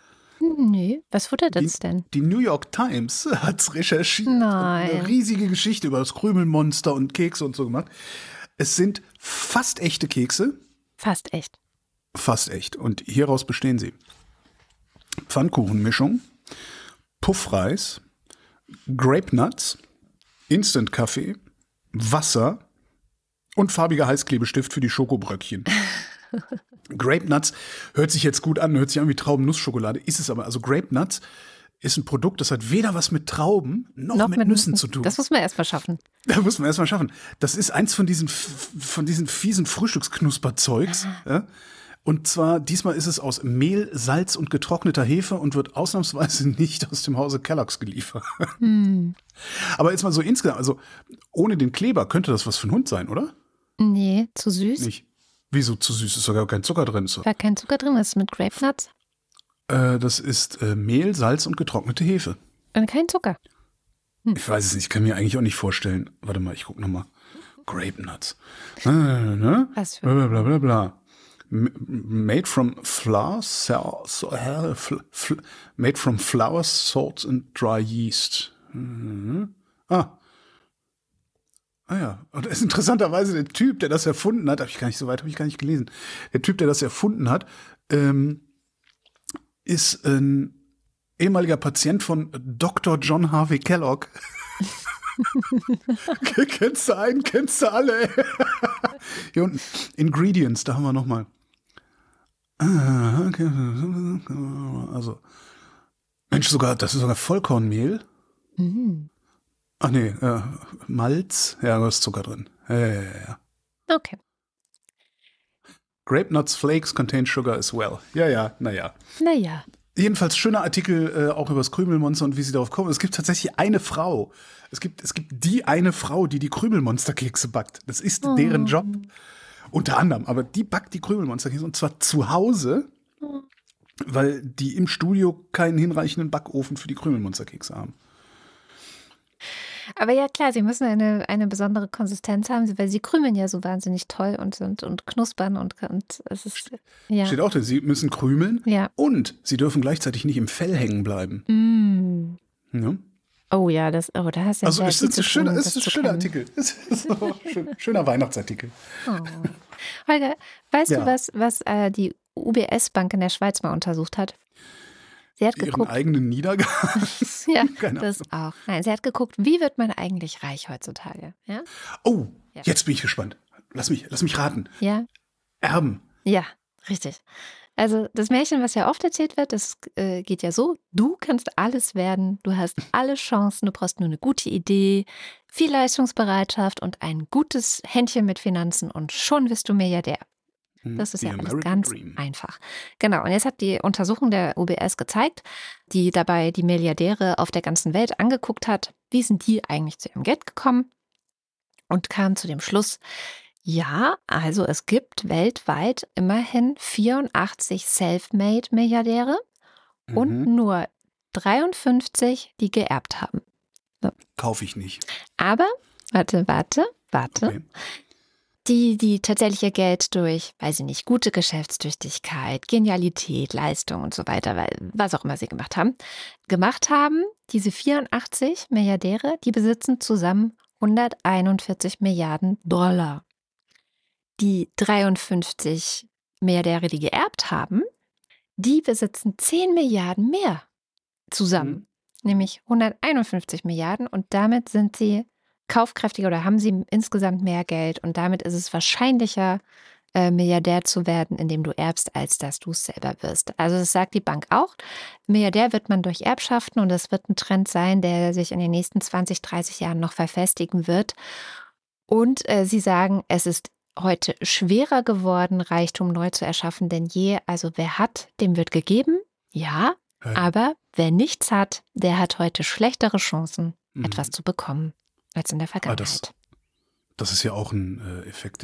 Nee, was futtert das denn? Die New York Times hat's recherchiert. Nein. Eine riesige Geschichte über das Krümelmonster und Kekse und so gemacht. Es sind fast echte Kekse. Fast echt. Fast echt. Und hieraus bestehen sie: Pfannkuchenmischung, Puffreis, Grape Nuts, Instant-Kaffee, Wasser und farbiger Heißklebestift für die Schokobröckchen. Grape Nuts hört sich jetzt gut an, hört sich an wie Traubennuss-Schokolade, ist es aber. Also Grape Nuts ist ein Produkt, das hat weder was mit Trauben noch mit Nüssen zu tun. Das muss man erst mal schaffen. Da muss man erst mal schaffen. Das ist eins von diesen fiesen Frühstücksknusperzeugs. Ja? Und zwar, diesmal ist es aus Mehl, Salz und getrockneter Hefe und wird ausnahmsweise nicht aus dem Hause Kellogg's geliefert. Aber jetzt mal so insgesamt, also ohne den Kleber könnte das was für ein Hund sein, oder? Nee, zu süß. Nicht. Wieso zu süß? Ist sogar kein Zucker drin. War kein Zucker drin, was ist mit Grape Nuts? Das ist Mehl, Salz und getrocknete Hefe. Und kein Zucker. Ich weiß es nicht, kann mir eigentlich auch nicht vorstellen. Warte mal, ich gucke nochmal. Grape Nuts. Ne? Was für Bla bla bla bla. Made from flour, made from flour, salt and dry yeast. Ah ja, und das ist interessanterweise der Typ, der das erfunden hat, habe ich gar nicht gelesen. Der Typ, der das erfunden hat, ist ein ehemaliger Patient von Dr. John Harvey Kellogg. Kennst du einen, kennst du alle. Hier unten, Ingredients, da haben wir nochmal. Also, Mensch, das ist sogar Vollkornmehl. Ach nee, Malz, ja, da ist Zucker drin. Ja. Okay. Grape Nuts Flakes contain sugar as well. Ja, naja. Jedenfalls schöner Artikel auch über das Krümelmonster und wie sie darauf kommen. Es gibt tatsächlich eine Frau. Es gibt die eine Frau, die Krümelmonsterkekse backt. Das ist deren Job. Unter anderem. Aber die backt die Krümelmonsterkekse und zwar zu Hause, weil die im Studio keinen hinreichenden Backofen für die Krümelmonsterkekse haben. Aber ja, klar, sie müssen eine besondere Konsistenz haben, weil sie krümeln ja so wahnsinnig toll und knuspern und es ist, ja. Steht auch drin, sie müssen krümeln und sie dürfen gleichzeitig nicht im Fell hängen bleiben. Ja. Oh ja, da hast du ja. Also es ist ein schöner Artikel. Es ist schöner Weihnachtsartikel. Oh. Holger, weißt du, was die UBS-Bank in der Schweiz mal untersucht hat? Sie hat geguckt, ihren eigenen Niedergang? Ja, das auch. Nein, sie hat geguckt, wie wird man eigentlich reich heutzutage? Ja? Oh, jetzt bin ich gespannt. Lass mich raten. Ja. Erben. Ja, richtig. Also das Märchen, was ja oft erzählt wird, das geht ja so, du kannst alles werden, du hast alle Chancen, du brauchst nur eine gute Idee, viel Leistungsbereitschaft und ein gutes Händchen mit Finanzen und schon wirst du Milliardär. Das ist ja alles ganz einfach. Genau, und jetzt hat die Untersuchung der UBS gezeigt, die dabei die Milliardäre auf der ganzen Welt angeguckt hat, wie sind die eigentlich zu ihrem Geld gekommen und kam zu dem Schluss, ja, also es gibt weltweit immerhin 84 Selfmade-Milliardäre und nur 53, die geerbt haben. So. Kaufe ich nicht. Aber, warte. Okay. Die tatsächlich ihr Geld durch, weiß ich nicht, gute Geschäftstüchtigkeit, Genialität, Leistung und so weiter, was auch immer sie gemacht haben, diese 84 Milliardäre, die besitzen zusammen 141 Milliarden $. Die 53 Milliardäre, die geerbt haben, die besitzen 10 Milliarden mehr zusammen, nämlich 151 Milliarden und damit sind sie kaufkräftiger oder haben sie insgesamt mehr Geld und damit ist es wahrscheinlicher, Milliardär zu werden, indem du erbst, als dass du es selber wirst. Also das sagt die Bank auch. Milliardär wird man durch Erbschaften und das wird ein Trend sein, der sich in den nächsten 20, 30 Jahren noch verfestigen wird. Und sie sagen, es ist heute schwerer geworden, Reichtum neu zu erschaffen denn je. Also wer hat, dem wird gegeben, ja, aber wer nichts hat, der hat heute schlechtere Chancen, etwas zu bekommen als in der Vergangenheit. Das ist ja auch ein Effekt,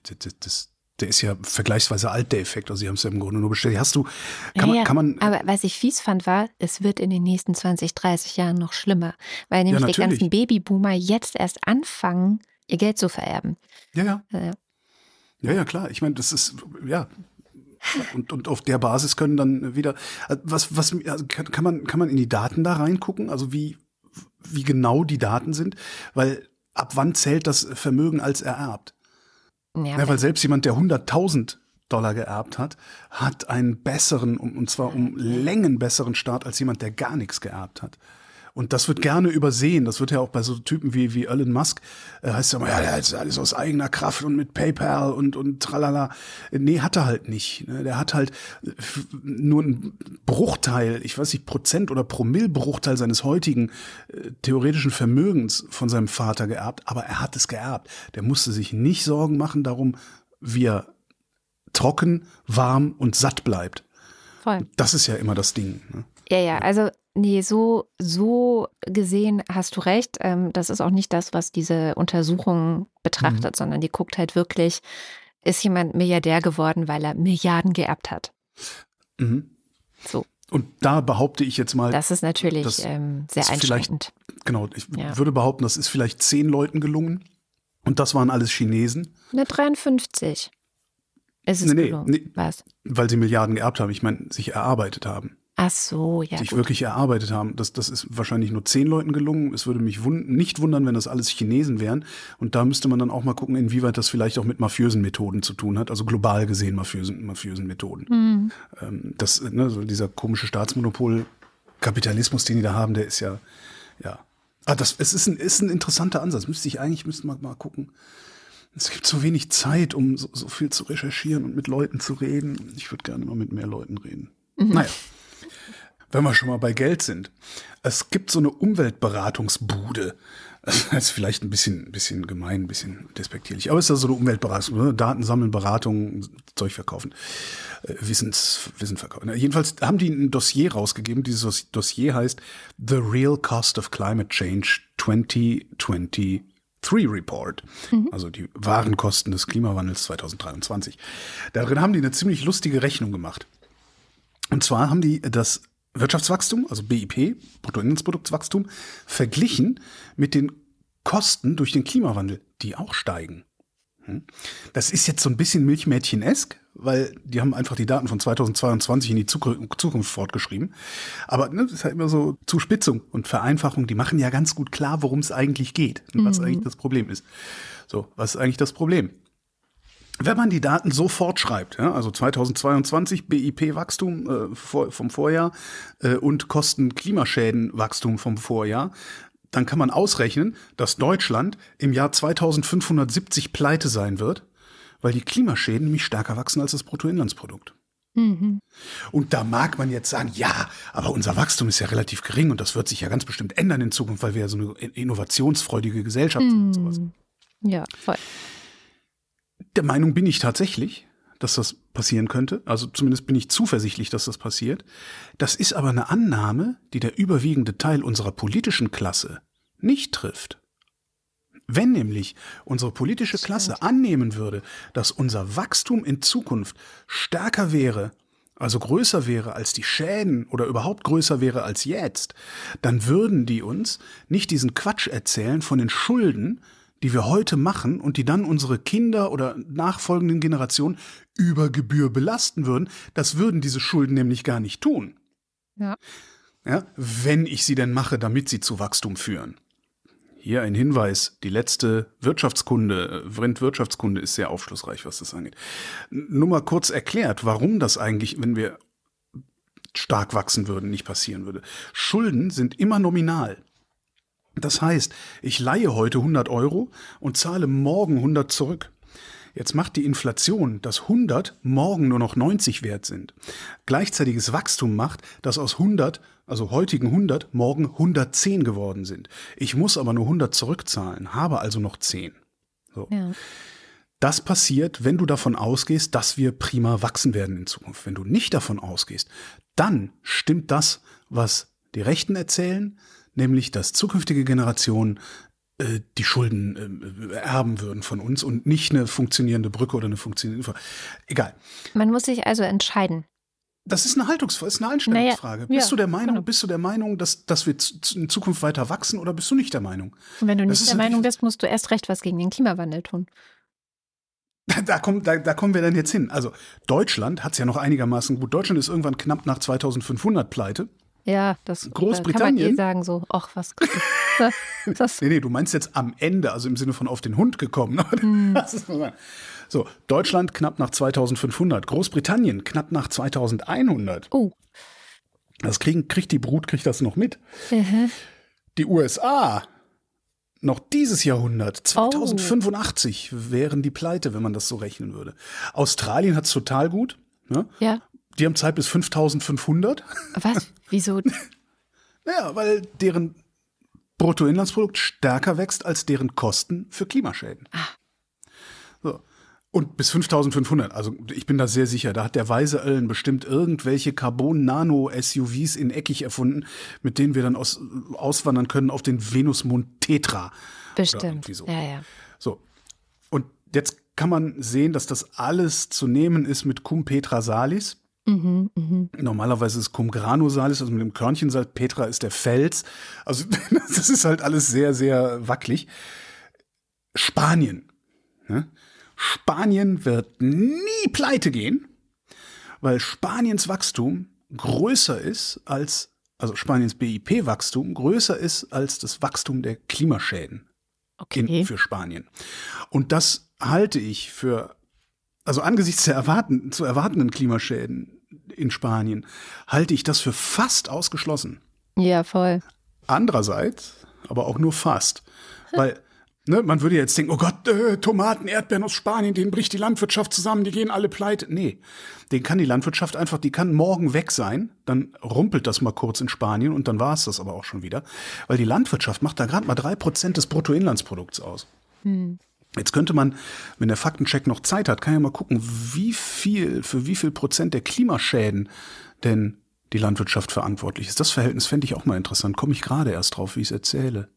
der ist ja vergleichsweise alt, der Effekt. Also Sie haben es ja im Grunde nur bestellt. Kann man. Aber was ich fies fand, war, es wird in den nächsten 20, 30 Jahren noch schlimmer, weil nämlich die ganzen Babyboomer jetzt erst anfangen, ihr Geld zu vererben. Ja, klar. Ich meine, das ist, Und auf der Basis können dann wieder, kann man in die Daten da reingucken? Also wie genau die Daten sind? Weil ab wann zählt das Vermögen als ererbt? Ja, weil selbst jemand, der $100.000 geerbt hat, hat einen besseren, und zwar um Längen besseren Start als jemand, der gar nichts geerbt hat. Und das wird gerne übersehen. Das wird ja auch bei so Typen wie Elon Musk, heißt ja immer, ja, der hat alles aus eigener Kraft und mit PayPal und tralala. Nee, hat er halt nicht. Der hat halt nur einen Bruchteil, ich weiß nicht, Prozent- oder Promillebruchteil seines heutigen theoretischen Vermögens von seinem Vater geerbt, aber er hat es geerbt. Der musste sich nicht Sorgen machen darum, wie er trocken, warm und satt bleibt. Voll. Das ist ja immer das Ding. Ne? Ja, also nee, so gesehen hast du recht. Das ist auch nicht das, was diese Untersuchung betrachtet, sondern die guckt halt wirklich, ist jemand Milliardär geworden, weil er Milliarden geerbt hat. Mhm. So. Und da behaupte ich jetzt mal, das ist natürlich sehr einschränkend. Genau, ich würde behaupten, das ist vielleicht 10 Leuten gelungen. Und das waren alles Chinesen. 53 ist es gelungen. Nee, was? Weil sie Milliarden geerbt haben. Ich meine, sich erarbeitet haben. Ach so, ja. Sich wirklich erarbeitet haben. Das ist wahrscheinlich nur 10 Leuten gelungen. Es würde mich nicht wundern, wenn das alles Chinesen wären. Und da müsste man dann auch mal gucken, inwieweit das vielleicht auch mit mafiösen Methoden zu tun hat. Also global gesehen mafiösen Methoden. So dieser komische Staatsmonopol-Kapitalismus, den die da haben, der ist ja. Es ist ein interessanter Ansatz. Müsste man mal gucken. Es gibt so wenig Zeit, um so viel zu recherchieren und mit Leuten zu reden. Ich würde gerne mal mit mehr Leuten reden. Naja. Wenn wir schon mal bei Geld sind. Es gibt so eine Umweltberatungsbude. Das ist vielleicht ein bisschen gemein, ein bisschen despektierlich. Aber es ist ja so eine Umweltberatung, Daten sammeln, Beratung, Zeug verkaufen, Wissen verkaufen. Jedenfalls haben die ein Dossier rausgegeben. Dieses Dossier heißt The Real Cost of Climate Change 2023 Report. Also die wahren Kosten des Klimawandels 2023. Darin haben die eine ziemlich lustige Rechnung gemacht. Und zwar haben die das Wirtschaftswachstum, also BIP, Bruttoinlandsproduktwachstum, verglichen mit den Kosten durch den Klimawandel, die auch steigen. Das ist jetzt so ein bisschen Milchmädchen-esk, weil die haben einfach die Daten von 2022 in die Zukunft fortgeschrieben. Aber das ist halt immer so Zuspitzung und Vereinfachung, die machen ja ganz gut klar, worum es eigentlich geht und was eigentlich das Problem ist. So, was ist eigentlich das Problem? Wenn man die Daten so fortschreibt, also 2022 BIP-Wachstum vom Vorjahr und Kosten-Klimaschäden-Wachstum vom Vorjahr, dann kann man ausrechnen, dass Deutschland im Jahr 2570 pleite sein wird, weil die Klimaschäden nämlich stärker wachsen als das Bruttoinlandsprodukt. Und da mag man jetzt sagen, ja, aber unser Wachstum ist ja relativ gering und das wird sich ja ganz bestimmt ändern in Zukunft, weil wir ja so eine innovationsfreudige Gesellschaft sind und sowas. Ja, voll. Der Meinung bin ich tatsächlich, dass das passieren könnte. Also zumindest bin ich zuversichtlich, dass das passiert. Das ist aber eine Annahme, die der überwiegende Teil unserer politischen Klasse nicht trifft. Wenn nämlich unsere politische Klasse annehmen würde, dass unser Wachstum in Zukunft stärker wäre, also größer wäre als die Schäden oder überhaupt größer wäre als jetzt, dann würden die uns nicht diesen Quatsch erzählen von den Schulden, die wir heute machen und die dann unsere Kinder oder nachfolgenden Generationen über Gebühr belasten würden. Das würden diese Schulden nämlich gar nicht tun. Ja, wenn ich sie denn mache, damit sie zu Wachstum führen. Hier ein Hinweis, die letzte Wirtschaftskunde, Vrindt Wirtschaftskunde ist sehr aufschlussreich, was das angeht. Nur mal kurz erklärt, warum das eigentlich, wenn wir stark wachsen würden, nicht passieren würde. Schulden sind immer nominal. Das heißt, ich leihe heute 100 € und zahle morgen 100 zurück. Jetzt macht die Inflation, dass 100 morgen nur noch 90 wert sind. Gleichzeitiges Wachstum macht, dass aus 100, also heutigen 100, morgen 110 geworden sind. Ich muss aber nur 100 zurückzahlen, habe also noch 10. So. Ja. Das passiert, wenn du davon ausgehst, dass wir prima wachsen werden in Zukunft. Wenn du nicht davon ausgehst, dann stimmt das, was die Rechten erzählen, nämlich dass zukünftige Generationen die Schulden erben würden von uns und nicht eine funktionierende Brücke oder eine funktionierende egal. Man muss sich also entscheiden. Das ist eine Haltungsfrage, ist eine Einstellungsfrage. Bist du der Meinung, dass wir in Zukunft weiter wachsen oder bist du nicht der Meinung? Und wenn du nicht der Meinung bist, musst du erst recht was gegen den Klimawandel tun. Da kommen wir dann jetzt hin. Also Deutschland hat es ja noch einigermaßen gut. Deutschland ist irgendwann knapp nach 2500 pleite. Ja, das Großbritannien kann man sagen so, ach was. Nee, du meinst jetzt am Ende, also im Sinne von auf den Hund gekommen. Das ist, so, Deutschland knapp nach 2500, Großbritannien knapp nach 2100. Das kriegt die Brut das noch mit. Die USA noch dieses Jahrhundert, 2085 wären die pleite, wenn man das so rechnen würde. Australien hat es total gut. Ne? Ja. Die haben Zeit bis 5500. Was? Wieso? Naja, weil deren Bruttoinlandsprodukt stärker wächst als deren Kosten für Klimaschäden. So. Und bis 5500, also ich bin da sehr sicher, da hat der weise Ellen bestimmt irgendwelche Carbon-Nano-SUVs in eckig erfunden, mit denen wir dann auswandern können auf den Venusmond Tetra. Bestimmt, so. Ja. So, und jetzt kann man sehen, dass das alles zu nehmen ist mit Cum Petra Salis. Normalerweise ist Cum Grano Salis, also mit dem Körnchensalz. Petra ist der Fels. Also das ist halt alles sehr, sehr wackelig. Spanien. Ne? Spanien wird nie pleite gehen, weil Spaniens Wachstum größer ist also Spaniens BIP-Wachstum größer ist als das Wachstum der Klimaschäden für Spanien. Und das halte ich für, also angesichts der zu erwartenden Klimaschäden in Spanien, halte ich das für fast ausgeschlossen. Ja, voll. Andererseits, aber auch nur fast, weil man würde jetzt denken, oh Gott, Tomaten, Erdbeeren aus Spanien, denen bricht die Landwirtschaft zusammen, die gehen alle pleite. Nee, den kann die Landwirtschaft einfach, die kann morgen weg sein, dann rumpelt das mal kurz in Spanien und dann war es das aber auch schon wieder. Weil die Landwirtschaft macht da gerade mal 3% des Bruttoinlandsprodukts aus. Jetzt könnte man, wenn der Faktencheck noch Zeit hat, kann ja mal gucken, für wie viel Prozent der Klimaschäden denn die Landwirtschaft verantwortlich ist. Das Verhältnis fände ich auch mal interessant. Komme ich gerade erst drauf, wie ich es erzähle.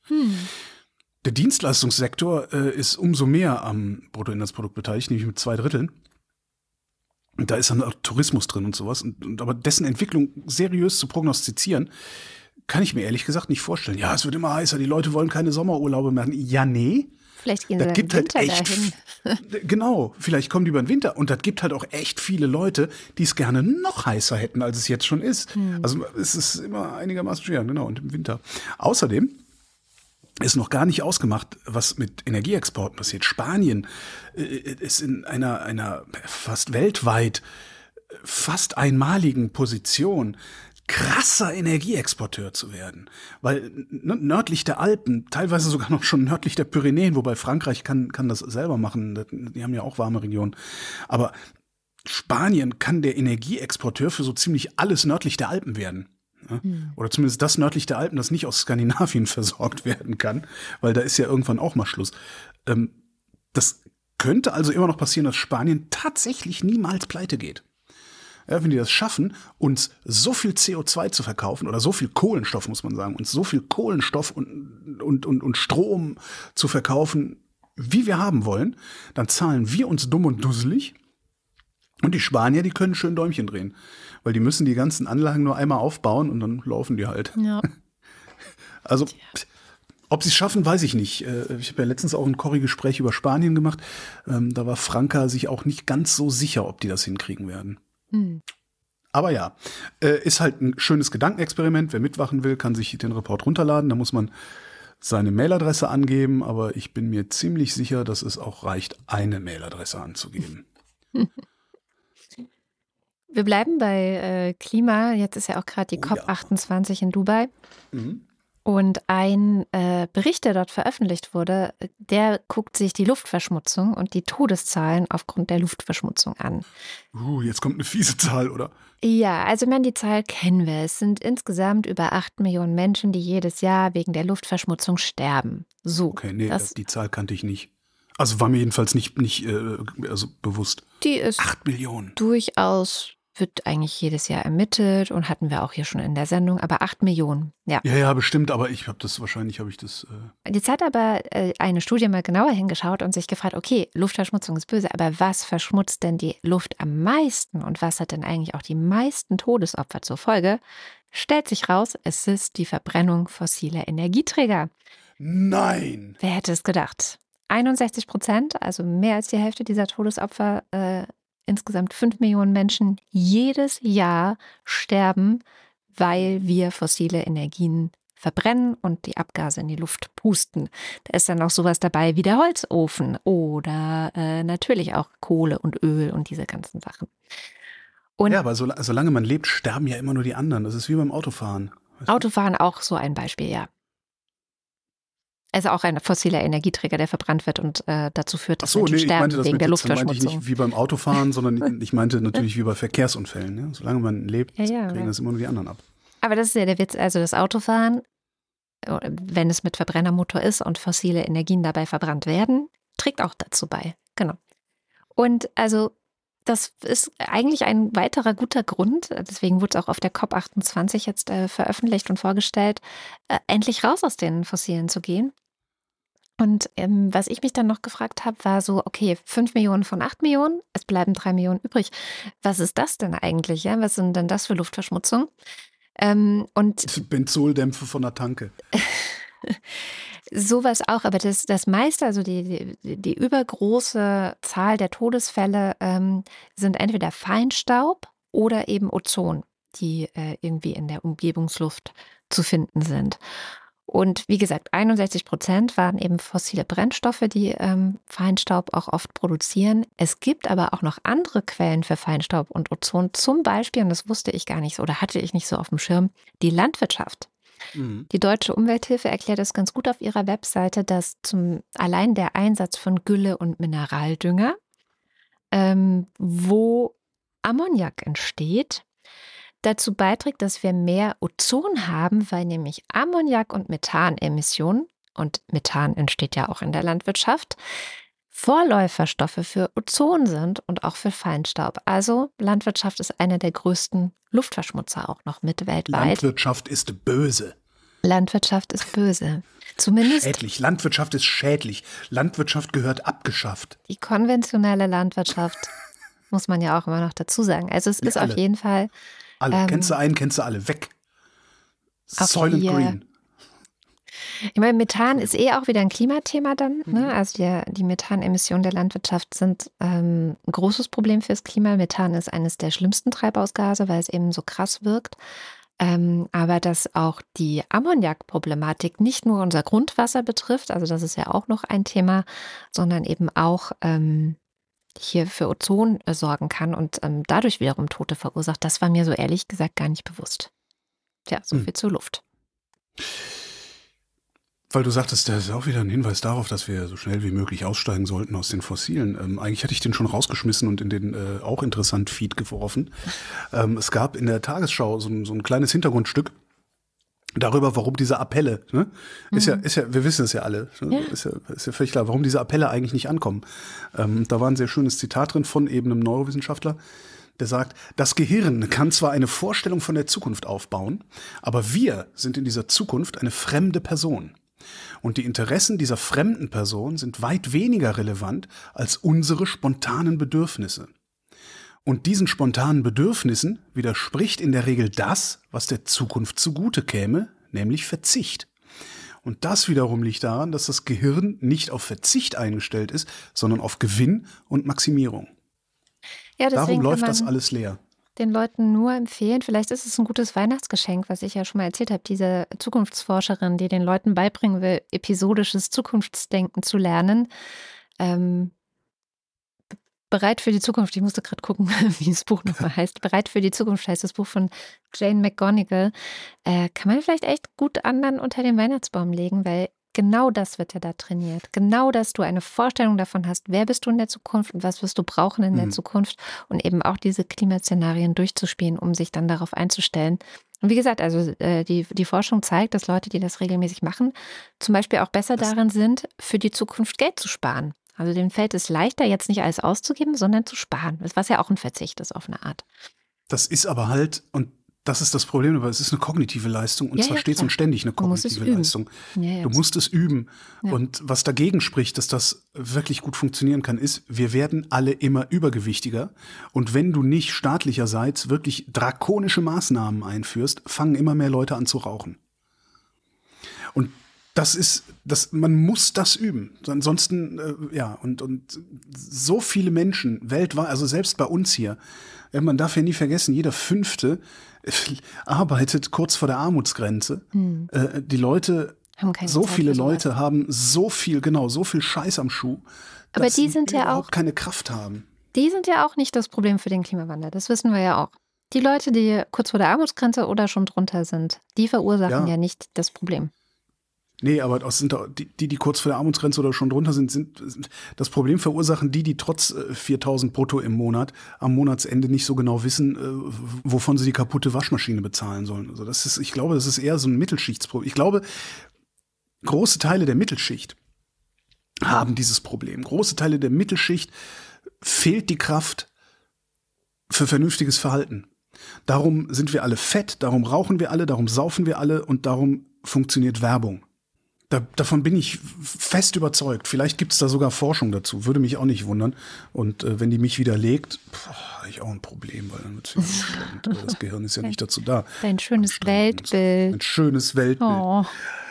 Der Dienstleistungssektor ist umso mehr am Bruttoinlandsprodukt beteiligt, nämlich mit 2/3. Und da ist dann auch Tourismus drin und sowas. Aber dessen Entwicklung seriös zu prognostizieren, kann ich mir ehrlich gesagt nicht vorstellen. Ja, es wird immer heißer, die Leute wollen keine Sommerurlaube mehr. Ja, nee. Vielleicht gehen sie im Winter dahin. Genau, vielleicht kommen die über den Winter. Und das gibt halt auch echt viele Leute, die es gerne noch heißer hätten, als es jetzt schon ist. Also es ist immer einigermaßen schwer, genau, und im Winter. Außerdem ist noch gar nicht ausgemacht, was mit Energieexporten passiert. Spanien ist in einer fast weltweit fast einmaligen Position, krasser Energieexporteur zu werden. Weil nördlich der Alpen, teilweise sogar noch schon nördlich der Pyrenäen, wobei Frankreich kann das selber machen, die haben ja auch warme Regionen. Aber Spanien kann der Energieexporteur für so ziemlich alles nördlich der Alpen werden. Ja? Oder zumindest das nördlich der Alpen, das nicht aus Skandinavien versorgt werden kann, weil da ist ja irgendwann auch mal Schluss. Das könnte also immer noch passieren, dass Spanien tatsächlich niemals pleite geht. Ja, wenn die das schaffen, uns so viel CO2 zu verkaufen oder so viel Kohlenstoff, muss man sagen, uns so viel Kohlenstoff und Strom zu verkaufen, wie wir haben wollen, dann zahlen wir uns dumm und dusselig. Und die Spanier, die können schön Däumchen drehen, weil die müssen die ganzen Anlagen nur einmal aufbauen und dann laufen die halt. Ja. Also, ob sie es schaffen, weiß ich nicht. Ich habe ja letztens auch ein Corrie-Gespräch über Spanien gemacht. Da war Franka sich auch nicht ganz so sicher, ob die das hinkriegen werden. Aber ja, ist halt ein schönes Gedankenexperiment. Wer mitmachen will, kann sich den Report runterladen. Da muss man seine Mailadresse angeben, aber ich bin mir ziemlich sicher, dass es auch reicht, eine Mailadresse anzugeben. Wir bleiben bei Klima. Jetzt ist ja auch gerade die COP28 in Dubai. Und ein Bericht, der dort veröffentlicht wurde, der guckt sich die Luftverschmutzung und die Todeszahlen aufgrund der Luftverschmutzung an. Jetzt kommt eine fiese Zahl, oder? Ja, also ich meine, die Zahl kennen wir. Es sind insgesamt über 8 Millionen Menschen, die jedes Jahr wegen der Luftverschmutzung sterben. So. Okay, nee, die Zahl kannte ich nicht. Also war mir jedenfalls nicht bewusst. Die ist 8 Millionen. Durchaus, wird eigentlich jedes Jahr ermittelt und hatten wir auch hier schon in der Sendung, aber 8 Millionen, ja. Ja, bestimmt, aber Jetzt hat aber eine Studie mal genauer hingeschaut und sich gefragt, okay, Luftverschmutzung ist böse, aber was verschmutzt denn die Luft am meisten und was hat denn eigentlich auch die meisten Todesopfer zur Folge? Stellt sich raus, es ist die Verbrennung fossiler Energieträger. Nein! Wer hätte es gedacht? 61%, also mehr als die Hälfte dieser Todesopfer, insgesamt 5 Millionen Menschen jedes Jahr sterben, weil wir fossile Energien verbrennen und die Abgase in die Luft pusten. Da ist dann auch sowas dabei wie der Holzofen oder natürlich auch Kohle und Öl und diese ganzen Sachen. Und ja, aber solange man lebt, sterben ja immer nur die anderen. Das ist wie beim Autofahren. Autofahren auch so ein Beispiel, ja. Also auch ein fossiler Energieträger, der verbrannt wird und dazu führt, dass Menschen sterben wegen der Luftverschmutzung. Meinte ich nicht wie beim Autofahren, sondern ich meinte natürlich wie bei Verkehrsunfällen. Ja? Solange man lebt, kriegen das immer nur die anderen ab. Aber das ist ja der Witz, also das Autofahren, wenn es mit Verbrennermotor ist und fossile Energien dabei verbrannt werden, trägt auch dazu bei. Genau. Und also das ist eigentlich ein weiterer guter Grund, deswegen wurde es auch auf der COP28 jetzt veröffentlicht und vorgestellt, endlich raus aus den Fossilen zu gehen. Und was ich mich dann noch gefragt habe, war so, okay, 5 Millionen von 8 Millionen, es bleiben 3 Millionen übrig. Was ist das denn eigentlich? Ja? Was sind denn das für Luftverschmutzung? Und Benzoldämpfe von der Tanke. Sowas auch, aber das meiste, also die übergroße Zahl der Todesfälle sind entweder Feinstaub oder eben Ozon, die irgendwie in der Umgebungsluft zu finden sind. Und wie gesagt, 61% waren eben fossile Brennstoffe, die Feinstaub auch oft produzieren. Es gibt aber auch noch andere Quellen für Feinstaub und Ozon, zum Beispiel, und das wusste ich gar nicht so oder hatte ich nicht so auf dem Schirm, die Landwirtschaft. Die Deutsche Umwelthilfe erklärt es ganz gut auf ihrer Webseite, dass allein der Einsatz von Gülle und Mineraldünger, wo Ammoniak entsteht, dazu beiträgt, dass wir mehr Ozon haben, weil nämlich Ammoniak und Methanemissionen, und Methan entsteht ja auch in der Landwirtschaft, Vorläuferstoffe für Ozon sind und auch für Feinstaub. Also Landwirtschaft ist einer der größten Luftverschmutzer auch noch mit weltweit. Landwirtschaft ist böse. Landwirtschaft ist böse. Zumindest schädlich. Landwirtschaft ist schädlich. Landwirtschaft gehört abgeschafft. Die konventionelle Landwirtschaft muss man ja auch immer noch dazu sagen. Also es ist alle. Auf jeden Fall alle. Kennst du einen, kennst du alle. Weg. Soylent Green. Ich meine, Methan ist auch wieder ein Klimathema dann. Ne? Also die Methanemissionen der Landwirtschaft sind ein großes Problem fürs Klima. Methan ist eines der schlimmsten Treibhausgase, weil es eben so krass wirkt. Aber dass auch die Ammoniakproblematik nicht nur unser Grundwasser betrifft, also das ist ja auch noch ein Thema, sondern eben auch hier für Ozon sorgen kann und dadurch wiederum Tote verursacht, das war mir so ehrlich gesagt gar nicht bewusst. Ja, so viel zur Luft. Weil du sagtest, das ist auch wieder ein Hinweis darauf, dass wir so schnell wie möglich aussteigen sollten aus den Fossilen. Eigentlich hatte ich den schon rausgeschmissen und in den auch interessant Feed geworfen. Es gab in der Tagesschau so ein kleines Hintergrundstück darüber, warum diese Appelle, ne? Ist ja, wir wissen es ja alle, ne? Ist ja völlig klar, warum diese Appelle eigentlich nicht ankommen. Da war ein sehr schönes Zitat drin von eben einem Neurowissenschaftler, der sagt, das Gehirn kann zwar eine Vorstellung von der Zukunft aufbauen, aber wir sind in dieser Zukunft eine fremde Person. Und die Interessen dieser fremden Person sind weit weniger relevant als unsere spontanen Bedürfnisse. Und diesen spontanen Bedürfnissen widerspricht in der Regel das, was der Zukunft zugute käme, nämlich Verzicht. Und das wiederum liegt daran, dass das Gehirn nicht auf Verzicht eingestellt ist, sondern auf Gewinn und Maximierung. Ja, darum läuft das alles leer. Den Leuten nur empfehlen, vielleicht ist es ein gutes Weihnachtsgeschenk, was ich ja schon mal erzählt habe, diese Zukunftsforscherin, die den Leuten beibringen will, episodisches Zukunftsdenken zu lernen. Bereit für die Zukunft, ich musste gerade gucken, wie das Buch nochmal heißt. Bereit für die Zukunft heißt das Buch von Jane McGonigal. Kann man vielleicht echt gut anderen unter den Weihnachtsbaum legen, weil genau das wird ja da trainiert. Genau, dass du eine Vorstellung davon hast, wer bist du in der Zukunft und was wirst du brauchen in der Zukunft und eben auch diese Klimaszenarien durchzuspielen, um sich dann darauf einzustellen. Und wie gesagt, also die Forschung zeigt, dass Leute, die das regelmäßig machen, zum Beispiel auch besser darin sind, für die Zukunft Geld zu sparen. Also denen fällt es leichter, jetzt nicht alles auszugeben, sondern zu sparen, was ja auch ein Verzicht ist auf eine Art. Das ist aber halt, und das ist das Problem, aber es ist eine kognitive Leistung und zwar stets und ständig eine kognitive Leistung. Du musst es üben. Ja. Und was dagegen spricht, dass das wirklich gut funktionieren kann, ist, wir werden alle immer übergewichtiger. Und wenn du nicht staatlicherseits wirklich drakonische Maßnahmen einführst, fangen immer mehr Leute an zu rauchen. Und man muss das üben. Ansonsten, und so viele Menschen weltweit, also selbst bei uns hier, man darf ja nie vergessen, jeder Fünfte arbeitet kurz vor der Armutsgrenze. Die Leute, so viele Leute haben so viel Scheiß am Schuh, aber dass die sind sie ja überhaupt auch keine Kraft haben. Die sind ja auch nicht das Problem für den Klimawandel. Das wissen wir ja auch. Die Leute, die kurz vor der Armutsgrenze oder schon drunter sind, die verursachen ja nicht das Problem. Nee, aber das sind die kurz vor der Armutsgrenze oder schon drunter sind das Problem verursachen die trotz 4.000 brutto im Monat am Monatsende nicht so genau wissen, wovon sie die kaputte Waschmaschine bezahlen sollen. Also ich glaube, das ist eher so ein Mittelschichtsproblem. Ich glaube, große Teile der Mittelschicht haben dieses Problem. Große Teile der Mittelschicht fehlt die Kraft für vernünftiges Verhalten. Darum sind wir alle fett, darum rauchen wir alle, darum saufen wir alle und darum funktioniert Werbung. Davon bin ich fest überzeugt. Vielleicht gibt es da sogar Forschung dazu. Würde mich auch nicht wundern. Und wenn die mich widerlegt, habe ich auch ein Problem, weil dann wird es wieder anstrengend. Weil das Gehirn ist ja nicht dazu da. Dein schönes Weltbild. Ein schönes Weltbild. Oh.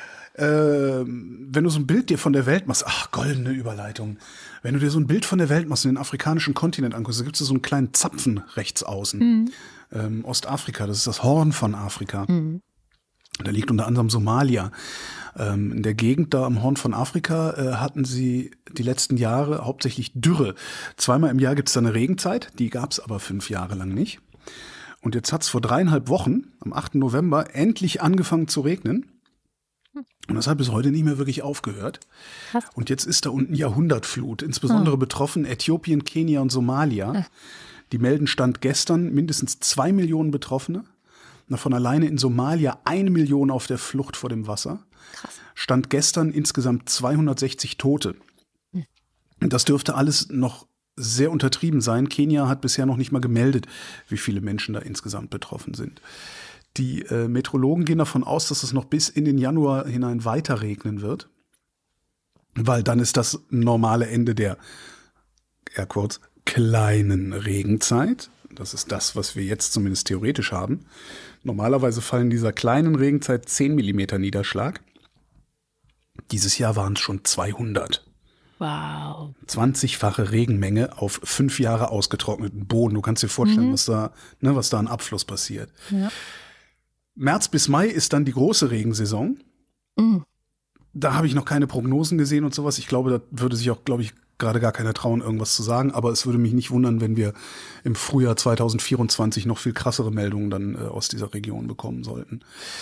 Wenn du so ein Bild dir von der Welt machst, goldene Überleitung. Wenn du dir so ein Bild von der Welt machst, den afrikanischen Kontinent anguckst, da gibt es so einen kleinen Zapfen rechts außen. Ostafrika, das ist das Horn von Afrika. Da liegt unter anderem Somalia. In der Gegend da am Horn von Afrika hatten sie die letzten Jahre hauptsächlich Dürre. 2-mal im Jahr gibt es da eine Regenzeit, die gab es aber 5 Jahre lang nicht. Und jetzt hat es vor 3,5 Wochen, am 8. November, endlich angefangen zu regnen. Und das hat bis heute nicht mehr wirklich aufgehört. Krass. Und jetzt ist da unten Jahrhundertflut, insbesondere betroffen Äthiopien, Kenia und Somalia. Die melden Stand gestern mindestens 2 Millionen Betroffene. Davon alleine in Somalia 1 Million auf der Flucht vor dem Wasser. Krass. Stand gestern insgesamt 260 Tote. Das dürfte alles noch sehr untertrieben sein. Kenia hat bisher noch nicht mal gemeldet, wie viele Menschen da insgesamt betroffen sind. Die Meteorologen gehen davon aus, dass es noch bis in den Januar hinein weiter regnen wird, weil dann ist das normale Ende der, kurz, kleinen Regenzeit. Das ist das, was wir jetzt zumindest theoretisch haben. Normalerweise fallen in dieser kleinen Regenzeit 10 Millimeter Niederschlag. Dieses Jahr waren es schon 200. Wow. 20-fache Regenmenge auf 5 Jahre ausgetrockneten Boden. Du kannst dir vorstellen, was da an Abfluss passiert. Ja. März bis Mai ist dann die große Regensaison. Da habe ich noch keine Prognosen gesehen und sowas. Ich glaube, da würde sich auch, gerade gar keiner trauen, irgendwas zu sagen. Aber es würde mich nicht wundern, wenn wir im Frühjahr 2024 noch viel krassere Meldungen dann aus dieser Region bekommen sollten.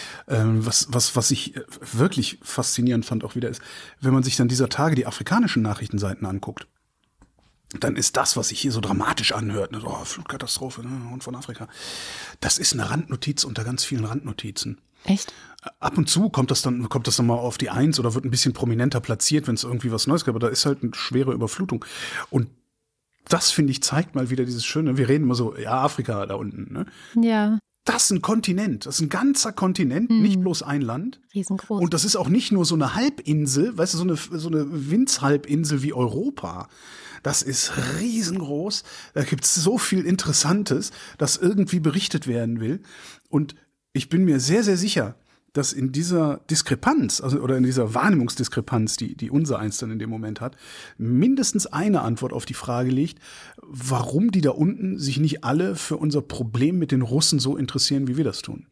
Was ich wirklich faszinierend fand auch wieder ist, wenn man sich dann dieser Tage die afrikanischen Nachrichtenseiten anguckt, dann ist das, was sich hier so dramatisch anhört, Flutkatastrophe, Horn von Afrika, das ist eine Randnotiz unter ganz vielen Randnotizen. Echt? Ab und zu kommt das dann mal auf die 1 oder wird ein bisschen prominenter platziert, wenn es irgendwie was Neues gibt, aber da ist halt eine schwere Überflutung. Und das, finde ich, zeigt mal wieder dieses Schöne, wir reden immer so, Afrika da unten, ne? Ja. Das ist ein Kontinent, das ist ein ganzer Kontinent, nicht bloß ein Land. Riesengroß. Und das ist auch nicht nur so eine Halbinsel, weißt du, so eine Winzhalbinsel wie Europa. Das ist riesengroß, da gibt es so viel Interessantes, das irgendwie berichtet werden will. Und ich bin mir sehr, sehr sicher, dass in dieser Diskrepanz, oder in dieser Wahrnehmungsdiskrepanz, die unser eins dann in dem Moment hat, mindestens eine Antwort auf die Frage liegt, warum die da unten sich nicht alle für unser Problem mit den Russen so interessieren, wie wir das tun.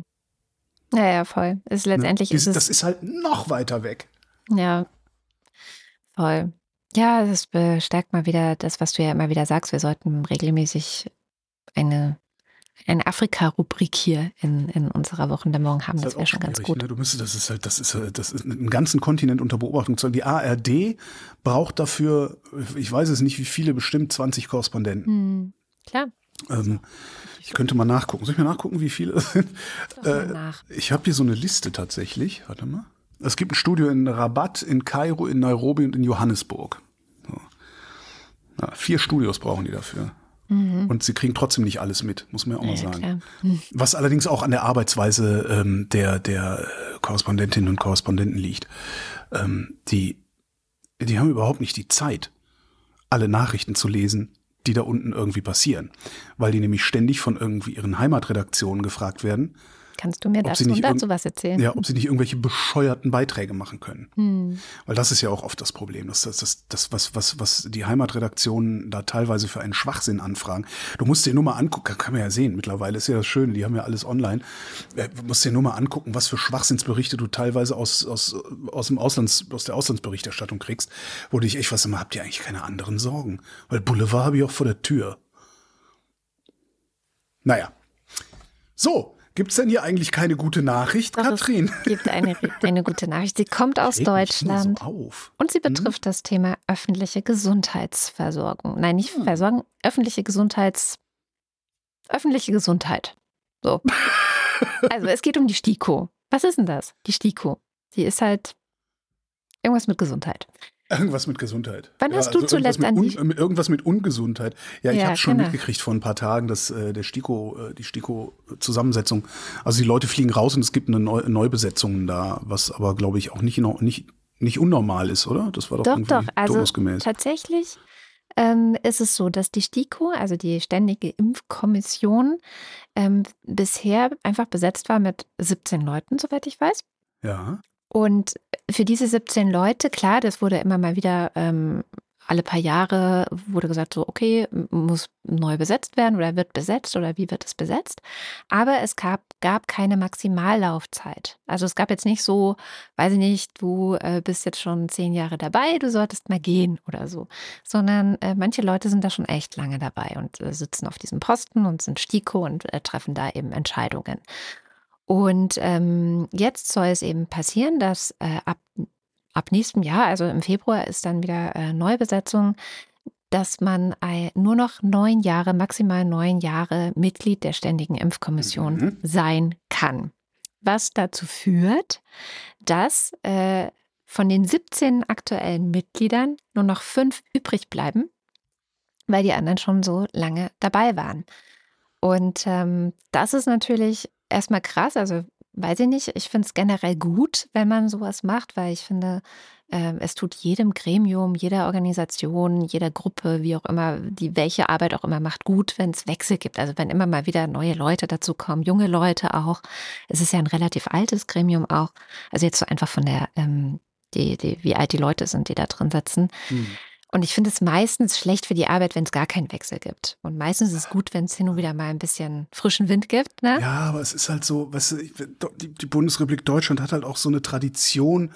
Ja, voll. Das ist halt noch weiter weg. Ja, voll. Ja, das bestärkt mal wieder das, was du ja immer wieder sagst. Wir sollten regelmäßig eine Afrika-Rubrik hier in unserer Wochendämmerung haben. Das wäre schon ganz gut. Ne? Das ist einen ganzen Kontinent unter Beobachtung. Die ARD braucht dafür, ich weiß es nicht, wie viele, bestimmt 20 Korrespondenten. Klar. Ich könnte mal nachgucken. Soll ich mal nachgucken, wie viele es sind? Ich habe hier so eine Liste tatsächlich. Warte mal. Es gibt ein Studio in Rabat, in Kairo, in Nairobi und in Johannesburg. So. 4 Studios brauchen die dafür. Und sie kriegen trotzdem nicht alles mit, muss man ja auch mal sagen. Was allerdings auch an der Arbeitsweise der Korrespondentinnen und Korrespondenten liegt. Die haben überhaupt nicht die Zeit, alle Nachrichten zu lesen, die da unten irgendwie passieren. Weil die nämlich ständig von irgendwie ihren Heimatredaktionen gefragt werden, Kannst du mir ob sie dazu nicht und dazu was erzählen? Ja, ob sie nicht irgendwelche bescheuerten Beiträge machen können. Hm. Weil das ist ja auch oft das Problem, was die Heimatredaktionen da teilweise für einen Schwachsinn anfragen. Du musst dir nur mal angucken, kann man ja sehen, mittlerweile ist ja das Schöne, die haben ja alles online. Du musst dir nur mal angucken, was für Schwachsinnsberichte du teilweise aus der Auslandsberichterstattung kriegst, wo du dich echt was, habt ihr eigentlich keine anderen Sorgen? Weil Boulevard habe ich auch vor der Tür. Naja. So, gibt's denn hier eigentlich keine gute Nachricht, Doch, Katrin? Es gibt eine gute Nachricht. Sie kommt aus Reg mich immer Deutschland so auf. und sie betrifft das Thema öffentliche Gesundheitsversorgung. Nein, nicht Versorgung, öffentliche Gesundheit. So. Also es geht um die STIKO. Was ist denn das? Die STIKO. Sie ist halt irgendwas mit Gesundheit. Irgendwas mit Gesundheit. Wann hast du zuletzt an die... Irgendwas mit Ungesundheit. Ja, ich Ja, habe schon genau. mitgekriegt vor ein paar Tagen, dass die STIKO-Zusammensetzung, also die Leute fliegen raus und es gibt eine Neubesetzung da, was aber, glaube ich, auch nicht unnormal ist, oder? Das war doch irgendwie Also turnusgemäß. tatsächlich ist es so, dass die STIKO, also die Ständige Impfkommission, bisher einfach besetzt war mit 17 Leuten, soweit ich weiß. Ja. Und für diese 17 Leute, klar, das wurde immer mal wieder, alle paar Jahre wurde gesagt, so, okay, muss neu besetzt werden oder wird besetzt oder wie wird es besetzt. Aber es gab keine Maximallaufzeit. Also es gab jetzt nicht so, weiß ich nicht, du bist jetzt schon 10 Jahre dabei, du solltest mal gehen oder so. Sondern manche Leute sind da schon echt lange dabei und sitzen auf diesem Posten und sind STIKO und treffen da eben Entscheidungen. Und jetzt soll es eben passieren, dass ab nächstem Jahr, also im Februar, ist dann wieder Neubesetzung, dass man nur noch maximal 9 Jahre Mitglied der Ständigen Impfkommission sein kann. Was dazu führt, dass von den 17 aktuellen Mitgliedern nur noch 5 übrig bleiben, weil die anderen schon so lange dabei waren. Und das ist natürlich erstmal krass, also weiß ich nicht, ich finde es generell gut, wenn man sowas macht, weil ich finde, es tut jedem Gremium, jeder Organisation, jeder Gruppe, wie auch immer, die welche Arbeit auch immer macht, gut, wenn es Wechsel gibt. Also wenn immer mal wieder neue Leute dazukommen, junge Leute auch. Es ist ja ein relativ altes Gremium auch. Also jetzt so einfach von der, wie alt die Leute sind, die da drin sitzen. Und ich finde es meistens schlecht für die Arbeit, wenn es gar keinen Wechsel gibt. Und meistens ist es gut, wenn es hin und wieder mal ein bisschen frischen Wind gibt. Ne? Ja, aber es ist halt so, weißt du, die Bundesrepublik Deutschland hat halt auch so eine Tradition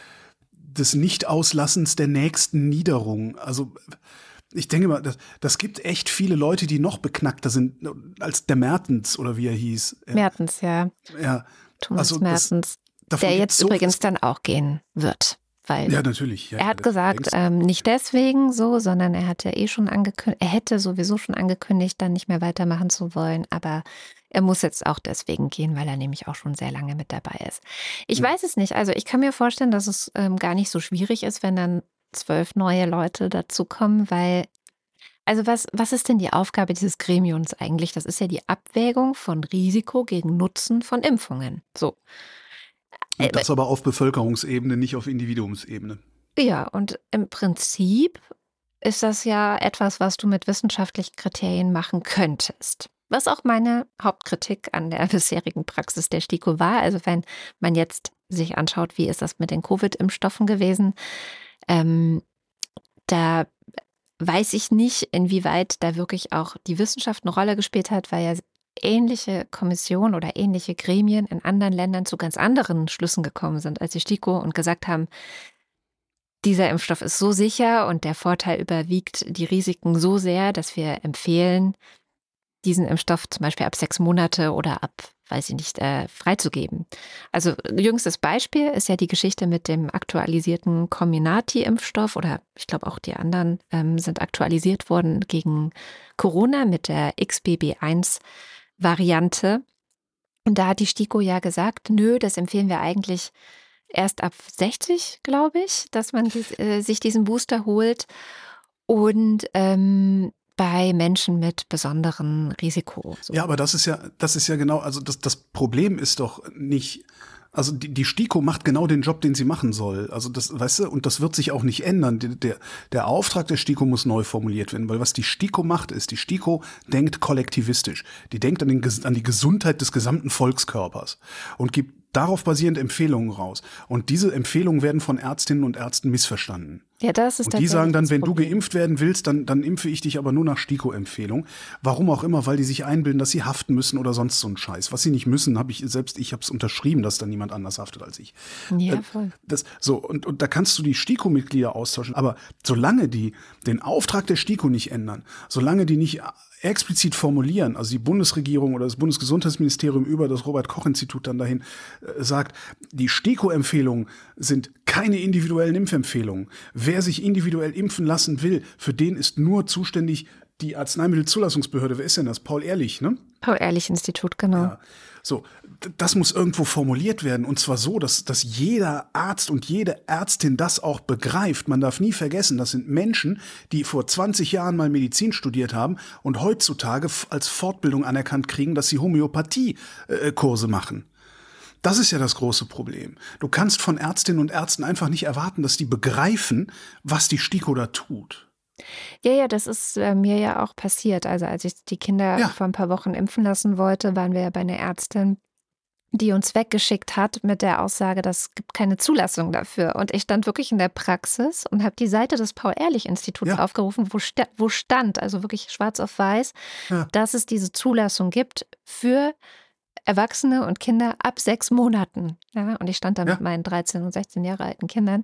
des Nicht-Auslassens der nächsten Niederung. Also ich denke mal, das gibt echt viele Leute, die noch beknackter sind als der Mertens oder wie er hieß. Mertens, ja. Ja. Thomas Mertens, der jetzt so übrigens dann auch gehen wird. Weil ja, natürlich. Ja, er hat gesagt, nicht deswegen so, sondern er hat ja schon angekündigt, er hätte sowieso schon angekündigt, dann nicht mehr weitermachen zu wollen, aber er muss jetzt auch deswegen gehen, weil er nämlich auch schon sehr lange mit dabei ist. Ich weiß es nicht, also ich kann mir vorstellen, dass es gar nicht so schwierig ist, wenn dann 12 neue Leute dazukommen, weil, also was ist denn die Aufgabe dieses Gremiums eigentlich? Das ist ja die Abwägung von Risiko gegen Nutzen von Impfungen. So. Und das aber auf Bevölkerungsebene, nicht auf Individuumsebene. Ja, und im Prinzip ist das ja etwas, was du mit wissenschaftlichen Kriterien machen könntest. Was auch meine Hauptkritik an der bisherigen Praxis der STIKO war. Also wenn man jetzt sich anschaut, wie ist das mit den Covid-Impfstoffen gewesen, da weiß ich nicht, inwieweit da wirklich auch die Wissenschaft eine Rolle gespielt hat, weil ja ähnliche Kommissionen oder ähnliche Gremien in anderen Ländern zu ganz anderen Schlüssen gekommen sind als die STIKO und gesagt haben, dieser Impfstoff ist so sicher und der Vorteil überwiegt die Risiken so sehr, dass wir empfehlen, diesen Impfstoff zum Beispiel ab 6 Monate oder ab, weiß ich nicht, freizugeben. Also jüngstes Beispiel ist ja die Geschichte mit dem aktualisierten Comirnaty-Impfstoff oder ich glaube auch die anderen sind aktualisiert worden gegen Corona mit der XBB1-Variante. Und da hat die STIKO ja gesagt, nö, das empfehlen wir eigentlich erst ab 60, glaube ich, dass man sich diesen Booster holt. Und bei Menschen mit besonderem Risiko. So. Ja, aber das ist ja genau, also das Problem ist doch nicht, Also die STIKO macht genau den Job, den sie machen soll. Also das, weißt du, und das wird sich auch nicht ändern. Der Auftrag der STIKO muss neu formuliert werden, weil was die STIKO macht, ist, die STIKO denkt kollektivistisch. Die denkt an die Gesundheit des gesamten Volkskörpers und gibt darauf basierend Empfehlungen raus. Und diese Empfehlungen werden von Ärztinnen und Ärzten missverstanden. Ja, das ist und die sagen dann, wenn du Problem. geimpft werden willst, dann impfe ich dich aber nur nach STIKO-Empfehlung. Warum auch immer, weil die sich einbilden, dass sie haften müssen oder sonst so ein Scheiß. Was sie nicht müssen, ich habe es unterschrieben, dass dann niemand anders haftet als ich. Ja, voll. Und da kannst du die STIKO-Mitglieder austauschen. Aber solange die den Auftrag der STIKO nicht ändern, solange die nicht explizit formulieren, also die Bundesregierung oder das Bundesgesundheitsministerium über das Robert-Koch-Institut dann dahin sagt, die STIKO-Empfehlungen sind keine individuellen Impfempfehlungen. Wer sich individuell impfen lassen will, für den ist nur zuständig die Arzneimittelzulassungsbehörde. Wer ist denn das? Paul-Ehrlich, ne? Paul-Ehrlich-Institut, genau. Ja. So, das muss irgendwo formuliert werden und zwar so, dass jeder Arzt und jede Ärztin das auch begreift. Man darf nie vergessen, das sind Menschen, die vor 20 Jahren mal Medizin studiert haben und heutzutage als Fortbildung anerkannt kriegen, dass sie Homöopathie-Kurse machen. Das ist ja das große Problem. Du kannst von Ärztinnen und Ärzten einfach nicht erwarten, dass die begreifen, was die STIKO da tut. Ja, das ist mir ja auch passiert. Also als ich die Kinder vor ein paar Wochen impfen lassen wollte, waren wir ja bei einer Ärztin, die uns weggeschickt hat mit der Aussage, das gibt keine Zulassung dafür. Und ich stand wirklich in der Praxis und habe die Seite des Paul-Ehrlich-Instituts aufgerufen, wo stand, also wirklich schwarz auf weiß, dass es diese Zulassung gibt für Erwachsene und Kinder ab 6 Monaten. Ja, und ich stand da mit meinen 13 und 16 Jahre alten Kindern.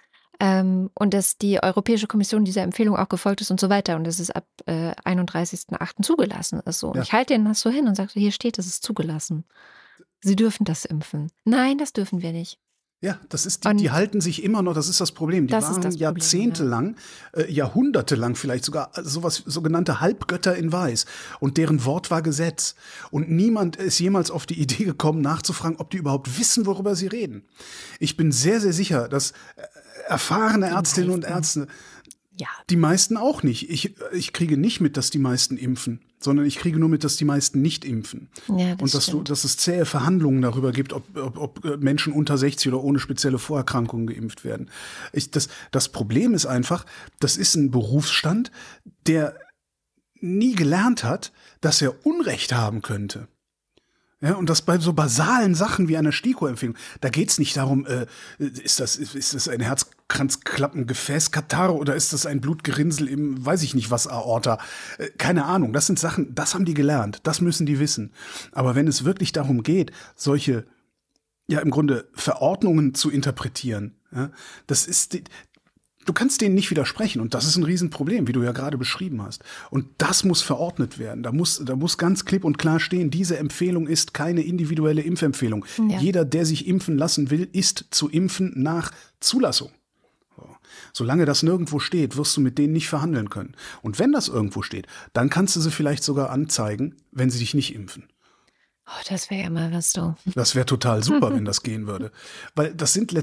Und dass die Europäische Kommission dieser Empfehlung auch gefolgt ist und so weiter. Und dass es ab 31.08. zugelassen ist. So. Und ich halte denen das so hin und sage, hier steht, es ist zugelassen. Sie dürfen das impfen. Nein, das dürfen wir nicht. Ja, das ist die halten sich immer noch, das ist das Problem. Die waren jahrzehntelang, jahrhundertelang vielleicht sogar sogenannte Halbgötter in Weiß. Und deren Wort war Gesetz. Und niemand ist jemals auf die Idee gekommen, nachzufragen, ob die überhaupt wissen, worüber sie reden. Ich bin sehr, sehr sicher, dass erfahrene Ärztinnen und Ärzte, die meisten auch nicht. Ich kriege nicht mit, dass die meisten impfen, sondern ich kriege nur mit, dass die meisten nicht impfen. Ja, und dass es zähe Verhandlungen darüber gibt, ob Menschen unter 60 oder ohne spezielle Vorerkrankungen geimpft werden. Das Problem ist einfach, das ist ein Berufsstand, der nie gelernt hat, dass er Unrecht haben könnte. Ja, und das bei so basalen Sachen wie einer STIKO-Empfehlung. Da geht's nicht darum, ist das ein Herzkranzklappengefäßkatarrh oder ist das ein Blutgerinnsel im, weiß ich nicht was, Aorta. Keine Ahnung, das sind Sachen, das haben die gelernt, das müssen die wissen. Aber wenn es wirklich darum geht, solche, im Grunde Verordnungen zu interpretieren, das ist du kannst denen nicht widersprechen und das ist ein Riesenproblem, wie du ja gerade beschrieben hast. Und das muss verordnet werden. Da muss ganz klipp und klar stehen, diese Empfehlung ist keine individuelle Impfempfehlung. Ja. Jeder, der sich impfen lassen will, ist zu impfen nach Zulassung. So. Solange das nirgendwo steht, wirst du mit denen nicht verhandeln können. Und wenn das irgendwo steht, dann kannst du sie vielleicht sogar anzeigen, wenn sie dich nicht impfen. Oh, das wäre ja mal was, du. Das wäre total super, wenn das gehen würde. Weil das sind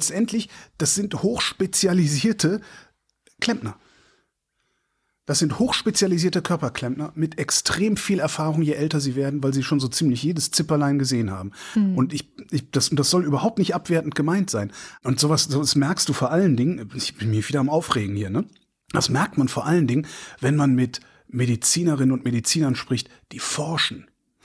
hochspezialisierte Klempner. Das sind hochspezialisierte Körperklempner mit extrem viel Erfahrung, je älter sie werden, weil sie schon so ziemlich jedes Zipperlein gesehen haben. Und das soll überhaupt nicht abwertend gemeint sein. Und sowas merkst du vor allen Dingen, ich bin mir wieder am Aufregen hier, ne? Das merkt man vor allen Dingen, wenn man mit Medizinerinnen und Medizinern spricht, die forschen.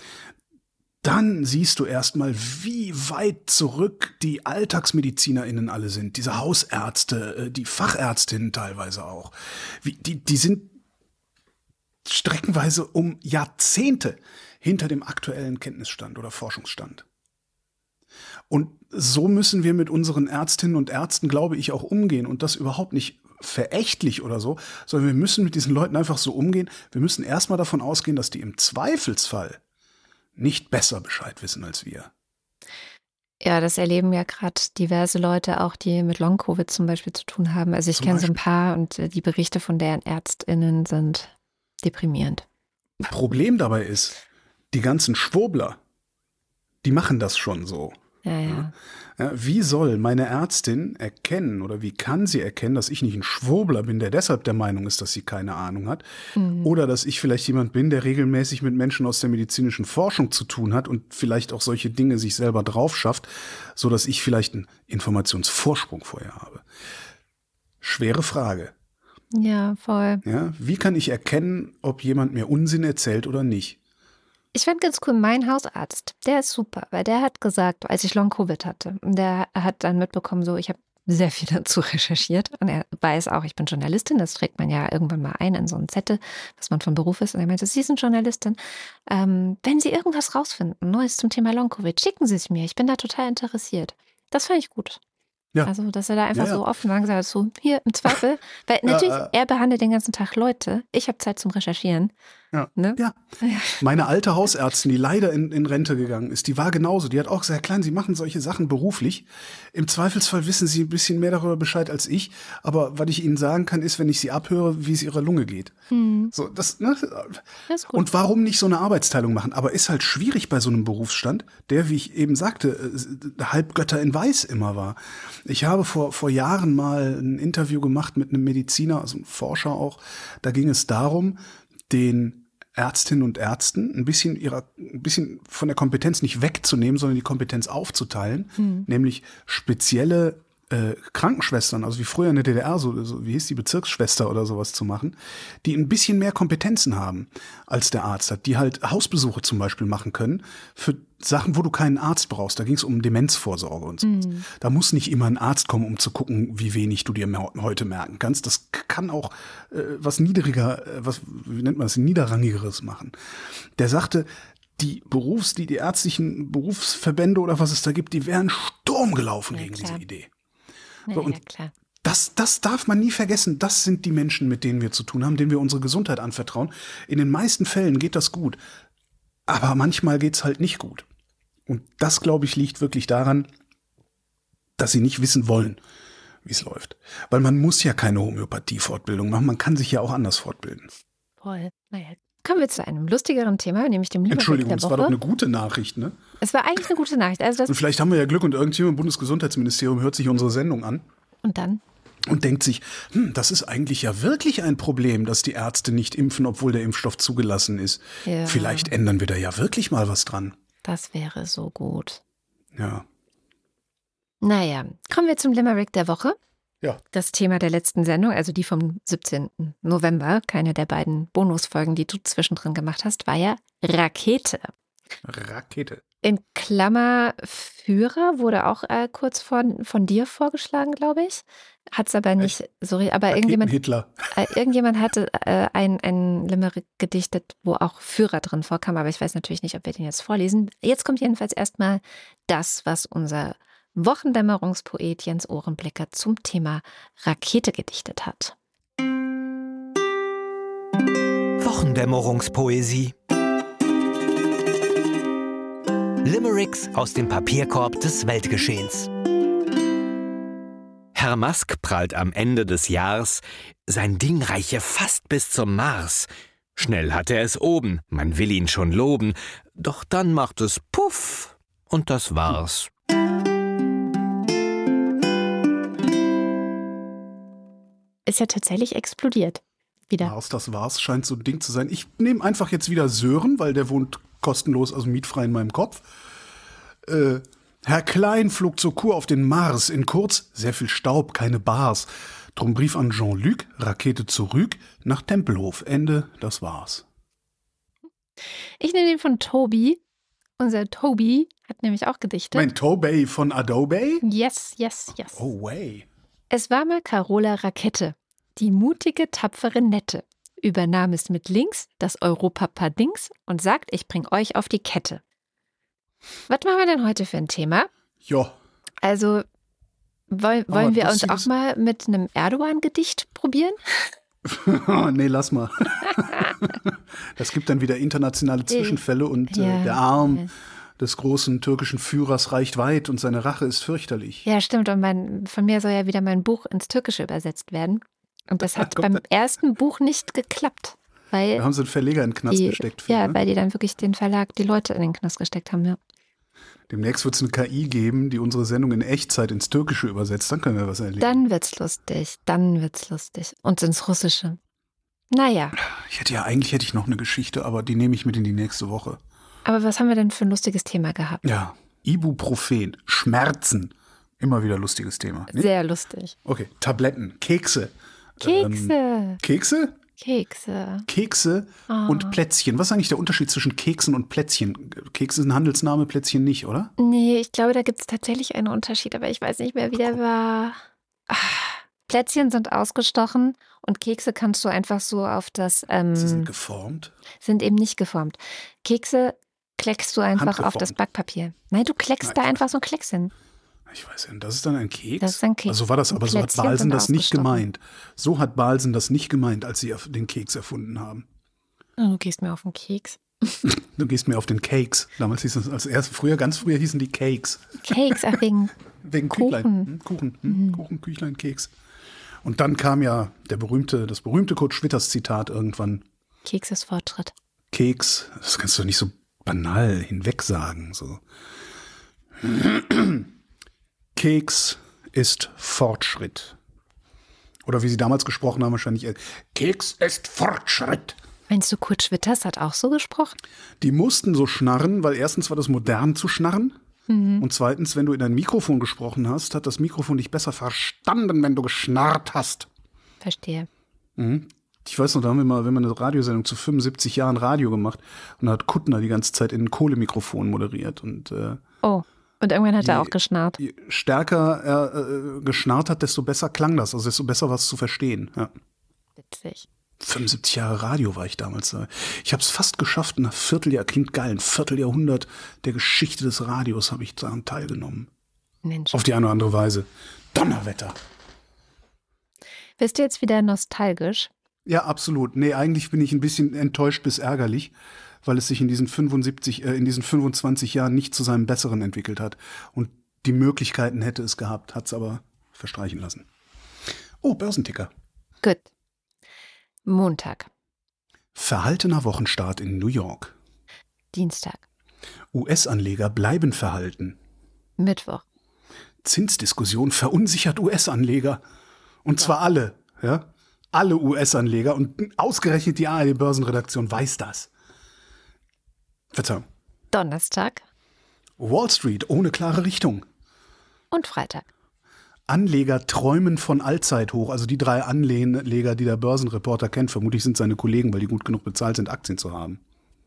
Dann siehst du erstmal, wie weit zurück die AlltagsmedizinerInnen alle sind. Diese Hausärzte, die Fachärztinnen teilweise auch. Die sind streckenweise um Jahrzehnte hinter dem aktuellen Kenntnisstand oder Forschungsstand. Und so müssen wir mit unseren Ärztinnen und Ärzten, glaube ich, auch umgehen. Und das überhaupt nicht verächtlich oder so, sondern wir müssen mit diesen Leuten einfach so umgehen. Wir müssen erstmal davon ausgehen, dass die im Zweifelsfall nicht besser Bescheid wissen als wir. Ja, das erleben ja gerade diverse Leute auch, die mit Long-Covid zum Beispiel zu tun haben. Also ich kenne so ein paar und die Berichte von deren ÄrztInnen sind deprimierend. Problem dabei ist, die ganzen Schwurbler, die machen das schon so. Ja. Ja, wie soll meine Ärztin erkennen oder wie kann sie erkennen, dass ich nicht ein Schwurbler bin, der deshalb der Meinung ist, dass sie keine Ahnung hat? Oder dass ich vielleicht jemand bin, der regelmäßig mit Menschen aus der medizinischen Forschung zu tun hat und vielleicht auch solche Dinge sich selber drauf schafft, sodass ich vielleicht einen Informationsvorsprung vorher habe? Schwere Frage. Ja, voll. Ja, wie kann ich erkennen, ob jemand mir Unsinn erzählt oder nicht? Ich fand ganz cool, mein Hausarzt, der ist super, weil der hat gesagt, als ich Long-Covid hatte, der hat dann mitbekommen, so ich habe sehr viel dazu recherchiert und er weiß auch, ich bin Journalistin, das trägt man ja irgendwann mal ein in so einen Zettel, was man von Beruf ist. Und er meinte, Sie sind Journalistin, wenn Sie irgendwas rausfinden, Neues zum Thema Long-Covid, schicken Sie es mir, ich bin da total interessiert. Das fand ich gut. Ja. Also, dass er da einfach Ja. so offen war und gesagt hat, so hier im Zweifel, weil natürlich, er behandelt den ganzen Tag Leute, ich habe Zeit zum Recherchieren. Ja. Ne? Ja. Meine alte Hausärztin, die leider in Rente gegangen ist, die war genauso. Die hat auch gesagt, Klein, Sie machen solche Sachen beruflich. Im Zweifelsfall wissen Sie ein bisschen mehr darüber Bescheid als ich. Aber was ich Ihnen sagen kann, ist, wenn ich Sie abhöre, wie es Ihrer Lunge geht. So, das, ne? Das ist gut. Und warum nicht so eine Arbeitsteilung machen? Aber ist halt schwierig bei so einem Berufsstand, der, wie ich eben sagte, Halbgötter in Weiß immer war. Ich habe vor Jahren mal ein Interview gemacht mit einem Mediziner, also einem Forscher auch. Da ging es darum, den Ärztinnen und Ärzten ein bisschen von der Kompetenz nicht wegzunehmen, sondern die Kompetenz aufzuteilen, nämlich spezielle Krankenschwestern, also wie früher in der DDR, so wie hieß die Bezirksschwester oder sowas zu machen, die ein bisschen mehr Kompetenzen haben als der Arzt hat, die halt Hausbesuche zum Beispiel machen können für Sachen, wo du keinen Arzt brauchst. Da ging es um Demenzvorsorge und so. Da muss nicht immer ein Arzt kommen, um zu gucken, wie wenig du dir heute merken kannst. Das kann auch was wie nennt man das, Niederrangigeres machen. Der sagte, die ärztlichen Berufsverbände oder was es da gibt, die wären Sturm gelaufen gegen diese Idee. So, und klar. das darf man nie vergessen. Das sind die Menschen, mit denen wir zu tun haben, denen wir unsere Gesundheit anvertrauen. In den meisten Fällen geht das gut. Aber manchmal geht's halt nicht gut. Und das, glaube ich, liegt wirklich daran, dass sie nicht wissen wollen, wie es läuft. Weil man muss ja keine Homöopathie-Fortbildung machen. Man kann sich ja auch anders fortbilden. Voll. Naja. Kommen wir zu einem lustigeren Thema, nämlich dem Limerick Entschuldigung, der das Woche. war doch eine gute Nachricht, ne? Es war eigentlich eine gute Nachricht. Also Und vielleicht haben wir ja Glück und irgendjemand im Bundesgesundheitsministerium hört sich unsere Sendung an. und dann? Und denkt sich, das ist eigentlich ja wirklich ein Problem, dass die Ärzte nicht impfen, obwohl der Impfstoff zugelassen ist. Ja. Vielleicht ändern wir da ja wirklich mal was dran. Das wäre so gut. Ja. Naja, kommen wir zum Limerick der Woche. Ja. Das Thema der letzten Sendung, also die vom 17. November, keine der beiden Bonusfolgen, die du zwischendrin gemacht hast, war ja Rakete. Rakete. In Klammer Führer wurde auch kurz von dir vorgeschlagen, glaube ich. Hat es aber nicht, sorry, aber Hitler. irgendjemand hatte ein Limerick gedichtet, wo auch Führer drin vorkam, aber ich weiß natürlich nicht, ob wir den jetzt vorlesen. Jetzt kommt jedenfalls erstmal das, was unser Wochendämmerungspoet Jens Ohrenblicker zum Thema Rakete gedichtet hat. Wochendämmerungspoesie. Limericks aus dem Papierkorb des Weltgeschehens. Herr Musk prahlt am Ende des Jahres, sein Ding reiche fast bis zum Mars. Schnell hat er es oben, man will ihn schon loben, doch dann macht es Puff und das war's. Ist ja tatsächlich explodiert. Wieder. Das war's, scheint so ein Ding zu sein. Ich nehme einfach jetzt wieder Sören, weil der wohnt kostenlos, also mietfrei in meinem Kopf. Herr Klein flog zur Kur auf den Mars. In kurz, sehr viel Staub, keine Bars. Drum Brief an Jean-Luc, Rakete zurück, nach Tempelhof. Ende, das war's. Ich nehme den von Tobi. Unser Tobi hat nämlich auch gedichtet. Mein Tobey von Adobe? Yes. Oh, way. Es war mal Carola Rakete, die mutige, tapfere Nette. Übernahm es mit links das Europapardings und sagt, ich bring euch auf die Kette. Was machen wir denn heute für ein Thema? Ja. Also, wollen wir uns Lustiges. auch mal mit einem Erdogan-Gedicht probieren? Nee, lass mal. Das gibt dann wieder internationale Zwischenfälle und Ja. der Arm des großen türkischen Führers reicht weit und seine Rache ist fürchterlich. Ja, stimmt. Und von mir soll ja wieder mein Buch ins Türkische übersetzt werden. Und das hat beim ersten Buch nicht geklappt. Weil Da haben sie einen Verleger in den Knast gesteckt. ja, ne? weil die dann wirklich den Verlag, die Leute in den Knast gesteckt haben, ja. Demnächst wird es eine KI geben, die unsere Sendung in Echtzeit ins Türkische übersetzt. Dann können wir was erleben. Dann wird's lustig. Und ins Russische. Naja. Eigentlich hätte ich noch eine Geschichte, aber die nehme ich mit in die nächste Woche. Aber was haben wir denn für ein lustiges Thema gehabt? Ja, Ibuprofen, Schmerzen. Immer wieder lustiges Thema. Ne? Sehr lustig. Okay, Tabletten, Kekse. Kekse. Kekse? Kekse und Plätzchen. Was ist eigentlich der Unterschied zwischen Keksen und Plätzchen? Keks ist ein Handelsname, Plätzchen nicht, oder? Nee, ich glaube, da gibt es tatsächlich einen Unterschied, aber ich weiß nicht mehr, wie der war. Plätzchen sind ausgestochen und Kekse kannst du einfach so auf das... Sie sind geformt? Sind eben nicht geformt. Kekse kleckst du einfach auf das Backpapier. Nein, du kleckst da einfach so ein Klecks hin. Ich weiß nicht, das ist dann ein Keks? Das ist ein Keks. Also war das, aber so hat Balsen das nicht gemeint. So hat Balsen das nicht gemeint, als sie den Keks erfunden haben. Oh, du gehst mir auf den Keks. Du gehst mir auf den Cakes. Damals hieß es ganz früher hießen die Cakes. Cakes, ach wegen Kuchen. Kuchen, Küchlein, Keks. Und dann kam ja das berühmte Kurt Schwitters Zitat irgendwann. Keks ist Fortschritt. Keks, das kannst du nicht so banal hinweg sagen. So. Keks ist Fortschritt. Oder wie sie damals gesprochen haben, wahrscheinlich, Keks ist Fortschritt. Meinst du, Kurt Schwitters hat auch so gesprochen? Die mussten so schnarren, weil erstens war das modern zu schnarren. Und zweitens, wenn du in ein Mikrofon gesprochen hast, hat das Mikrofon dich besser verstanden, wenn du geschnarrt hast. Verstehe. Ich weiß noch, da haben wir mal eine Radiosendung zu 75 Jahren Radio gemacht und da hat Kuttner die ganze Zeit in ein Kohlemikrofon moderiert. Und und irgendwann hat er auch geschnarrt. Je stärker er geschnarrt hat, desto besser klang das, also desto besser war es zu verstehen. Ja. Witzig. 75 Jahre Radio war ich damals da. Ich habe es fast geschafft, ein Vierteljahrhundert der Geschichte des Radios habe ich daran teilgenommen. Mensch. Auf die eine oder andere Weise. Donnerwetter. Bist du jetzt wieder nostalgisch? Ja, absolut. Nee, eigentlich bin ich ein bisschen enttäuscht bis ärgerlich, weil es sich in diesen 25 Jahren nicht zu seinem Besseren entwickelt hat. Und die Möglichkeiten hätte es gehabt, hat es aber verstreichen lassen. Oh, Börsenticker. Gut. Montag. Verhaltener Wochenstart in New York. Dienstag. US-Anleger bleiben verhalten. Mittwoch. Zinsdiskussion verunsichert US-Anleger. Und zwar alle, ja? Alle US-Anleger und ausgerechnet die ARD-Börsenredaktion weiß das. Verzeihung. Donnerstag. Wall Street ohne klare Richtung. Und Freitag. Anleger träumen von Allzeithoch, also die 3 Anleger, die der Börsenreporter kennt. Vermutlich sind seine Kollegen, weil die gut genug bezahlt sind, Aktien zu haben.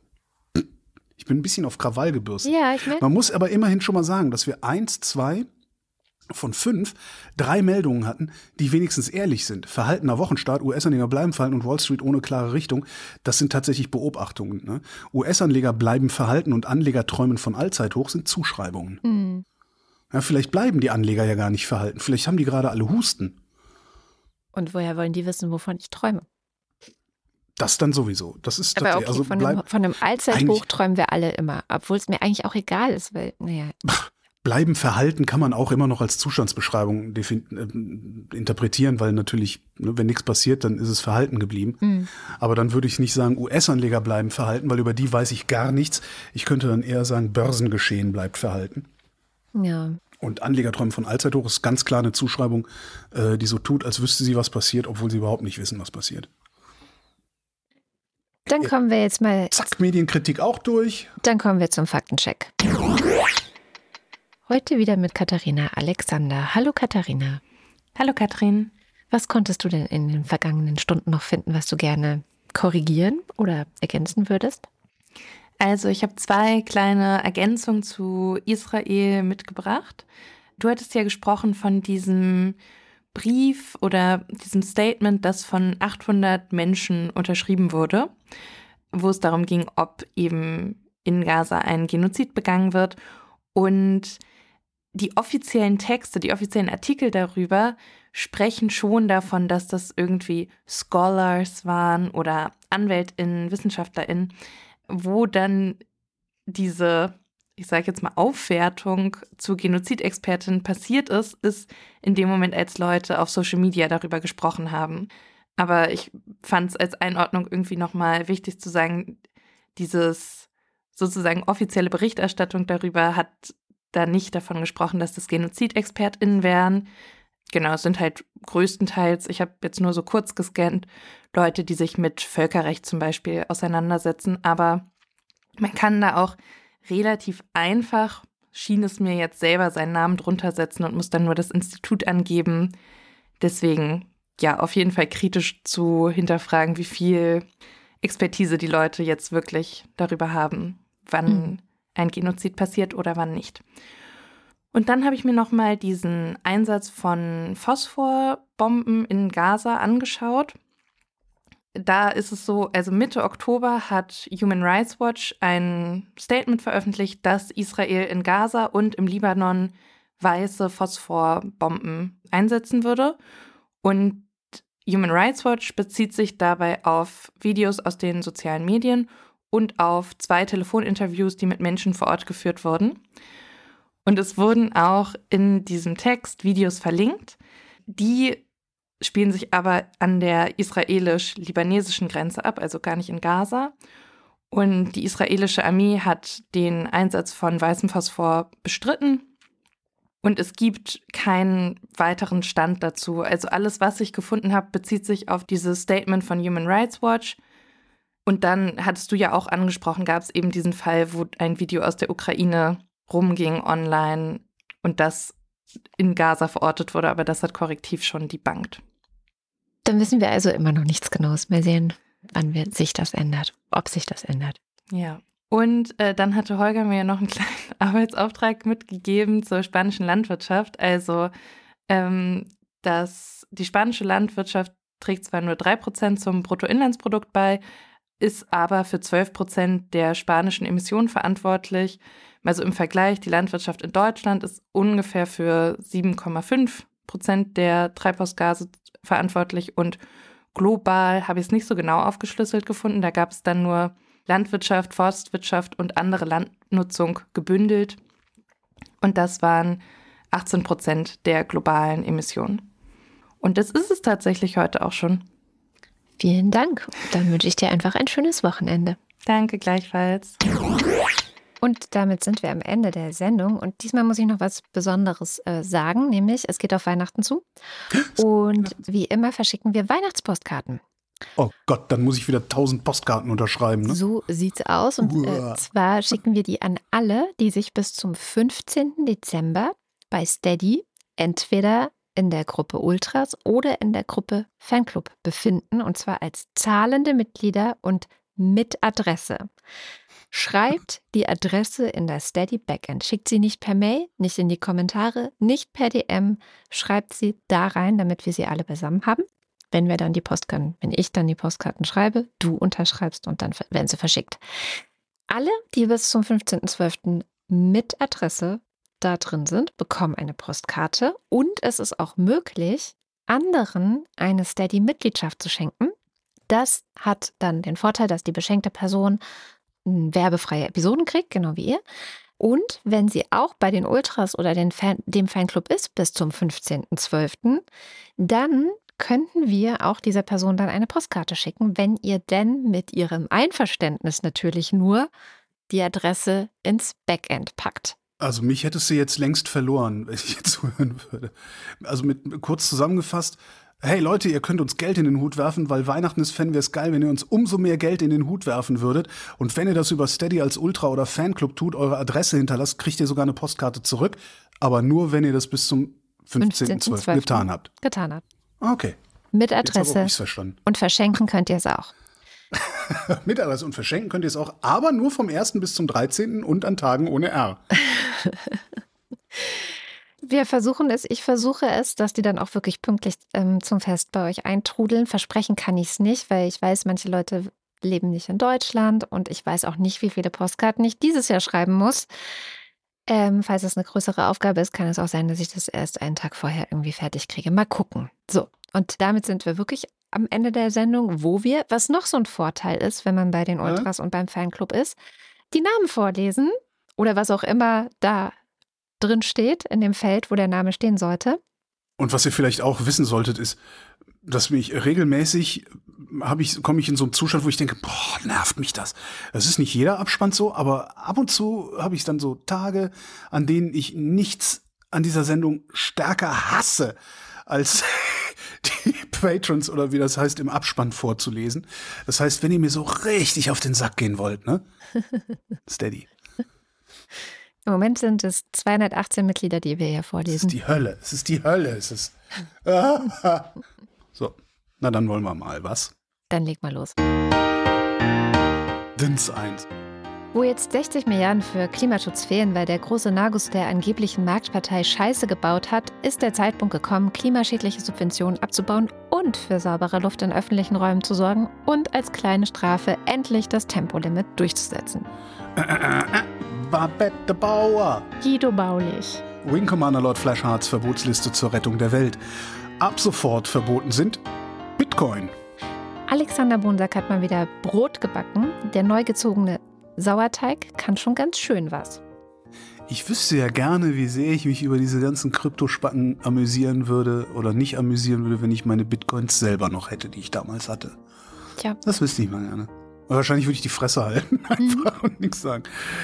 Ich bin ein bisschen auf Krawall gebürstet. Ja, ich merke. Man muss aber immerhin schon mal sagen, dass wir 1, 2 von 5 3 Meldungen hatten, die wenigstens ehrlich sind. Verhaltener Wochenstart, US-Anleger bleiben verhalten und Wall Street ohne klare Richtung. Das sind tatsächlich Beobachtungen. Ne? US-Anleger bleiben verhalten und Anleger träumen von Allzeithoch sind Zuschreibungen. Mhm. Ja, vielleicht bleiben die Anleger ja gar nicht verhalten. Vielleicht haben die gerade alle Husten. Und woher wollen die wissen, wovon ich träume? Das dann sowieso. Das ist aber okay, also von einem Allzeithoch träumen wir alle immer. Obwohl es mir eigentlich auch egal ist, weil, naja. Bleiben verhalten kann man auch immer noch als Zustandsbeschreibung interpretieren, weil natürlich, wenn nichts passiert, dann ist es verhalten geblieben. Mhm. Aber dann würde ich nicht sagen, US-Anleger bleiben verhalten, weil über die weiß ich gar nichts. Ich könnte dann eher sagen, Börsengeschehen bleibt verhalten. Ja. Und Anleger träumen von Allzeithoch ist ganz klar eine Zuschreibung, die so tut, als wüsste sie, was passiert, obwohl sie überhaupt nicht wissen, was passiert. Dann kommen wir jetzt mal... Zack, Medienkritik auch durch. Dann kommen wir zum Faktencheck. Heute wieder mit Katharina Alexander. Hallo Katharina. Hallo Katrin. Was konntest du denn in den vergangenen Stunden noch finden, was du gerne korrigieren oder ergänzen würdest? Also ich habe 2 kleine Ergänzungen zu Israel mitgebracht. Du hattest ja gesprochen von diesem Brief oder diesem Statement, das von 800 Menschen unterschrieben wurde, wo es darum ging, ob eben in Gaza ein Genozid begangen wird. Und die offiziellen Texte, die offiziellen Artikel darüber sprechen schon davon, dass das irgendwie Scholars waren oder AnwältInnen, WissenschaftlerInnen, wo dann diese, ich sage jetzt mal, Aufwertung zu Genozidexpertin passiert ist in dem Moment, als Leute auf Social Media darüber gesprochen haben. Aber ich fand es als Einordnung irgendwie nochmal wichtig zu sagen, dieses sozusagen offizielle Berichterstattung darüber hat da nicht davon gesprochen, dass das GenozidexpertInnen wären. Genau, es sind halt größtenteils, ich habe jetzt nur so kurz gescannt, Leute, die sich mit Völkerrecht zum Beispiel auseinandersetzen. Aber man kann da auch relativ einfach, schien es mir jetzt selber, seinen Namen drunter setzen und muss dann nur das Institut angeben. Deswegen, ja, auf jeden Fall kritisch zu hinterfragen, wie viel Expertise die Leute jetzt wirklich darüber haben, wann ein Genozid passiert oder wann nicht. Und dann habe ich mir nochmal diesen Einsatz von Phosphorbomben in Gaza angeschaut. Da ist es so, also Mitte Oktober hat Human Rights Watch ein Statement veröffentlicht, dass Israel in Gaza und im Libanon weiße Phosphorbomben einsetzen würde. Und Human Rights Watch bezieht sich dabei auf Videos aus den sozialen Medien und auf 2 Telefoninterviews, die mit Menschen vor Ort geführt wurden. Und es wurden auch in diesem Text Videos verlinkt, die spielen sich aber an der israelisch-libanesischen Grenze ab, also gar nicht in Gaza. Und die israelische Armee hat den Einsatz von weißem Phosphor bestritten. Und es gibt keinen weiteren Stand dazu. Also alles, was ich gefunden habe, bezieht sich auf dieses Statement von Human Rights Watch. Und dann, hattest du ja auch angesprochen, gab es eben diesen Fall, wo ein Video aus der Ukraine rumging online und das in Gaza verortet wurde, aber das hat Korrektiv schon debunked. Dann wissen wir also immer noch nichts Genaues. Mal sehen, wann sich das ändert, ob sich das ändert. Ja, und dann hatte Holger mir noch einen kleinen Arbeitsauftrag mitgegeben zur spanischen Landwirtschaft. Also, die spanische Landwirtschaft trägt zwar nur 3% zum Bruttoinlandsprodukt bei, ist aber für 12% der spanischen Emissionen verantwortlich. Also im Vergleich, die Landwirtschaft in Deutschland ist ungefähr für 7,5% der Treibhausgase verantwortlich und global habe ich es nicht so genau aufgeschlüsselt gefunden. Da gab es dann nur Landwirtschaft, Forstwirtschaft und andere Landnutzung gebündelt. Und das waren 18% der globalen Emissionen. Und das ist es tatsächlich heute auch schon. Vielen Dank. Dann wünsche ich dir einfach ein schönes Wochenende. Danke, gleichfalls. Und damit sind wir am Ende der Sendung. Und diesmal muss ich noch was Besonderes sagen, nämlich es geht auf Weihnachten zu. Und wie immer verschicken wir Weihnachtspostkarten. Oh Gott, dann muss ich wieder 1000 Postkarten unterschreiben. Ne? So sieht's aus. Und zwar schicken wir die an alle, die sich bis zum 15. Dezember bei Steady entweder in der Gruppe Ultras oder in der Gruppe Fanclub befinden. Und zwar als zahlende Mitglieder und mit Adresse. Schreibt die Adresse in das Steady Backend. Schickt sie nicht per Mail, nicht in die Kommentare, nicht per DM. Schreibt sie da rein, damit wir sie alle beisammen haben. Wenn ich dann die Postkarten schreibe, du unterschreibst und dann werden sie verschickt. Alle, die bis zum 15.12. mit Adresse da drin sind, bekommen eine Postkarte. Und es ist auch möglich, anderen eine Steady-Mitgliedschaft zu schenken. Das hat dann den Vorteil, dass die beschenkte Person werbefreie Episoden kriegt, genau wie ihr. Und wenn sie auch bei den Ultras oder dem Fanclub ist bis zum 15.12., dann könnten wir auch dieser Person dann eine Postkarte schicken, wenn ihr denn mit ihrem Einverständnis natürlich nur die Adresse ins Backend packt. Also mich hättest du jetzt längst verloren, wenn ich jetzt zuhören würde. Also kurz zusammengefasst, hey Leute, ihr könnt uns Geld in den Hut werfen, weil Weihnachten ist, fänden wir es geil, wenn ihr uns umso mehr Geld in den Hut werfen würdet. Und wenn ihr das über Steady als Ultra oder Fanclub tut, eure Adresse hinterlasst, kriegt ihr sogar eine Postkarte zurück. Aber nur, wenn ihr das bis zum 15.12. getan habt. Okay. Mit Adresse. Und verschenken könnt ihr es auch. Mit Adresse und verschenken könnt ihr es auch, aber nur vom 1. bis zum 13. und an Tagen ohne R. Ich versuche es, dass die dann auch wirklich pünktlich zum Fest bei euch eintrudeln. Versprechen kann ich es nicht, weil ich weiß, manche Leute leben nicht in Deutschland und ich weiß auch nicht, wie viele Postkarten ich dieses Jahr schreiben muss. Falls es eine größere Aufgabe ist, kann es auch sein, dass ich das erst einen Tag vorher irgendwie fertig kriege. Mal gucken. So, und damit sind wir wirklich am Ende der Sendung, was noch so ein Vorteil ist, wenn man bei den Ultras und beim Fanclub ist, die Namen vorlesen oder was auch immer da drin steht in dem Feld, wo der Name stehen sollte. Und was ihr vielleicht auch wissen solltet, ist, dass mich regelmäßig komme ich in so einen Zustand, wo ich denke, boah, nervt mich das. Das ist nicht jeder Abspann so, aber ab und zu habe ich dann so Tage, an denen ich nichts an dieser Sendung stärker hasse, als die Patrons oder wie das heißt, im Abspann vorzulesen. Das heißt, wenn ihr mir so richtig auf den Sack gehen wollt, ne? Steady. Im Moment sind es 218 Mitglieder, die wir hier vorlesen. Es ist die Hölle. Es ist die Hölle. Es ist. So, na dann wollen wir mal, was? Dann leg mal los. Dins 1. Wo jetzt 60 Milliarden für Klimaschutz fehlen, weil der große Nagus der angeblichen Marktpartei Scheiße gebaut hat, ist der Zeitpunkt gekommen, klimaschädliche Subventionen abzubauen und für saubere Luft in öffentlichen Räumen zu sorgen und als kleine Strafe endlich das Tempolimit durchzusetzen. Babette Bauer. Guido Baulich. Wing Commander Lord Flashhearts Verbotsliste zur Rettung der Welt. Ab sofort verboten sind Bitcoin. Alexander Bonsack hat mal wieder Brot gebacken. Der neu gezogene Sauerteig kann schon ganz schön was. Ich wüsste ja gerne, wie sehr ich mich über diese ganzen Kryptospacken amüsieren würde oder nicht amüsieren würde, wenn ich meine Bitcoins selber noch hätte, die ich damals hatte. Tja. Das wüsste ich mal gerne. Wahrscheinlich würde ich die Fresse halten einfach und nichts sagen.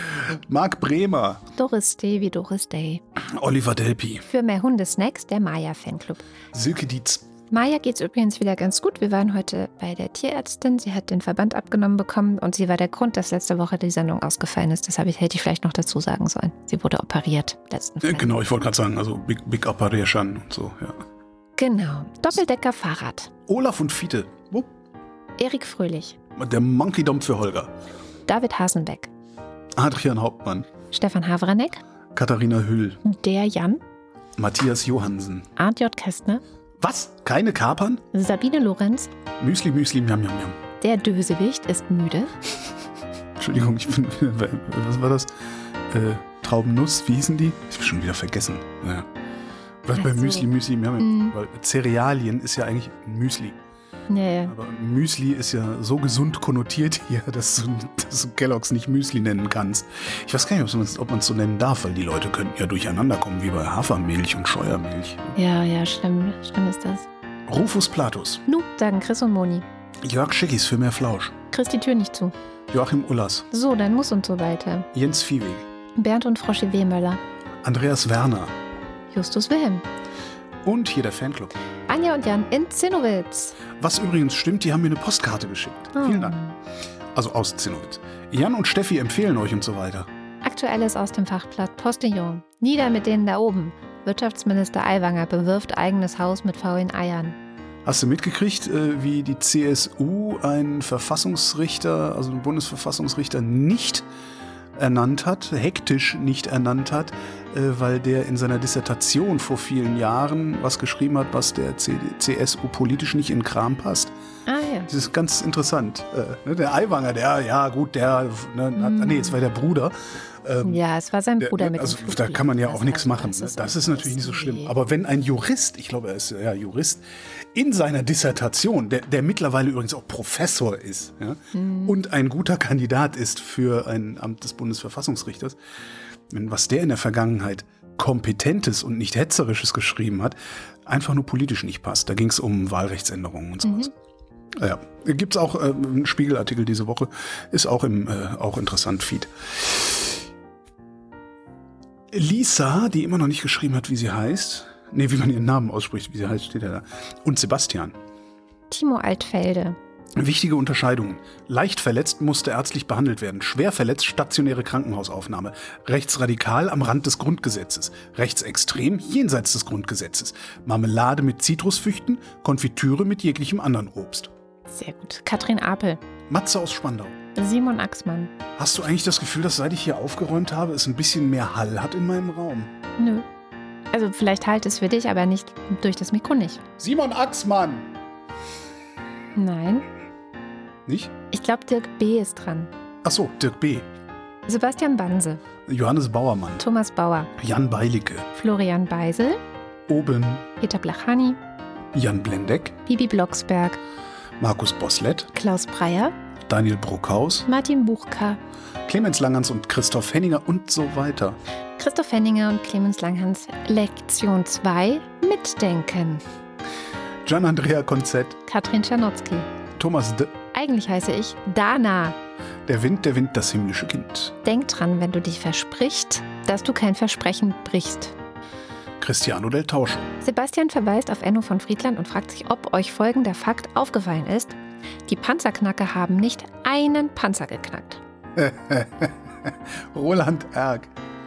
Marc Bremer. Doris Day wie Doris Day. Oliver Delpi. Für mehr Hundesnacks der Maya-Fanclub. Silke Dietz. Maya geht's übrigens wieder ganz gut. Wir waren heute bei der Tierärztin. Sie hat den Verband abgenommen bekommen und sie war der Grund, dass letzte Woche die Sendung ausgefallen ist. Das hätte ich vielleicht noch dazu sagen sollen. Sie wurde operiert letzten Freitag. Genau, ich wollte gerade sagen, also Big Operation und so, ja. Genau. Doppeldecker Fahrrad. Olaf und Fiete. Oh. Erik Fröhlich. Der Monkey Dom für Holger. David Hasenbeck. Adrian Hauptmann. Stefan Havranek. Katharina Hüll. Der Jan. Matthias Johansen. Arndt J. Kästner. Was? Keine Kapern? Sabine Lorenz. Müsli, miam, miam, miam. Der Dösewicht ist müde. Entschuldigung, was war das? Traubennuss, wie hießen die? Ich habe schon wieder vergessen. Naja. Was bei Müsli, miam, miam. Weil Cerealien ist ja eigentlich Müsli. Nee. Aber Müsli ist ja so gesund konnotiert hier, dass du Kellogg's nicht Müsli nennen kannst. Ich weiß gar nicht, ob man es so nennen darf, weil die Leute könnten ja durcheinander kommen, wie bei Hafermilch und Scheuermilch. Ja, schlimm. Schlimm ist das. Rufus Platus. Nu, sagen Chris und Moni. Jörg Schickis für mehr Flausch. Chris die Tür nicht zu. Joachim Ullers. So, dann muss und so weiter. Jens Viehweg. Bernd und Froschi Wehmöller. Andreas Werner. Justus Wilhelm. Und hier der Fanclub. Anja und Jan in Zinnowitz. Was übrigens stimmt, die haben mir eine Postkarte geschickt. Vielen Dank. Also aus Zinnowitz. Jan und Steffi empfehlen euch und so weiter. Aktuelles aus dem Fachblatt Postillon. Nieder mit denen da oben. Wirtschaftsminister Aiwanger bewirft eigenes Haus mit faulen Eiern. Hast du mitgekriegt, wie die CSU einen Verfassungsrichter, also einen Bundesverfassungsrichter nicht ernannt hat, hektisch nicht ernannt hat, weil der in seiner Dissertation vor vielen Jahren was geschrieben hat, was der CSU politisch nicht in den Kram passt. Ah ja. Das ist ganz interessant. Der Aiwanger, es war der Bruder. Ja, es war sein Bruder mit Also dem Flugbier. da kann man ja auch nichts machen. Das ist natürlich nicht so schlimm. Aber wenn ein Jurist, ich glaube, er ist ja Jurist, in seiner Dissertation, der mittlerweile übrigens auch Professor ist, ja, und ein guter Kandidat ist für ein Amt des Bundesverfassungsrichters, was der in der Vergangenheit Kompetentes und nicht Hetzerisches geschrieben hat, einfach nur politisch nicht passt. Da ging es um Wahlrechtsänderungen und sowas. Ja, gibt es auch einen Spiegelartikel diese Woche, ist auch im auch interessant Feed. Lisa, die immer noch nicht geschrieben hat, wie sie heißt. Nee, wie man ihren Namen ausspricht, wie sie heißt, steht ja da. Und Sebastian. Timo Altfelde. Wichtige Unterscheidungen. Leicht verletzt musste ärztlich behandelt werden. Schwer verletzt stationäre Krankenhausaufnahme. Rechtsradikal am Rand des Grundgesetzes. Rechtsextrem jenseits des Grundgesetzes. Marmelade mit Zitrusfrüchten, Konfitüre mit jeglichem anderen Obst. Sehr gut. Katrin Apel. Matze aus Spandau. Simon Axmann. Hast du eigentlich das Gefühl, dass seit ich hier aufgeräumt habe, es ein bisschen mehr Hall hat in meinem Raum? Nö. Also vielleicht halt es für dich, aber nicht durch das Mikro nicht. Simon Axmann! Nein. Nicht? Ich glaube, Dirk B. ist dran. Ach so, Dirk B. Sebastian Banse. Johannes Bauermann. Thomas Bauer. Jan Beilicke. Florian Beisel. Oben. Peter Blachani. Jan Blendeck. Bibi Blocksberg. Markus Boslett. Klaus Breyer. Daniel Bruckhaus. Martin Buchka. Clemens Langhans und Christoph Henninger und so weiter. Christoph Henninger und Clemens Langhans. Lektion 2. Mitdenken. Gian Andrea Konzett. Katrin Czernotzki. Thomas D. Eigentlich heiße ich Dana. Der Wind, das himmlische Kind. Denk dran, wenn du dich versprichst, dass du kein Versprechen brichst. Cristiano del Tauscho. Sebastian verweist auf Enno von Friedland und fragt sich, ob euch folgender Fakt aufgefallen ist. Die Panzerknacker haben nicht einen Panzer geknackt. Roland Erck.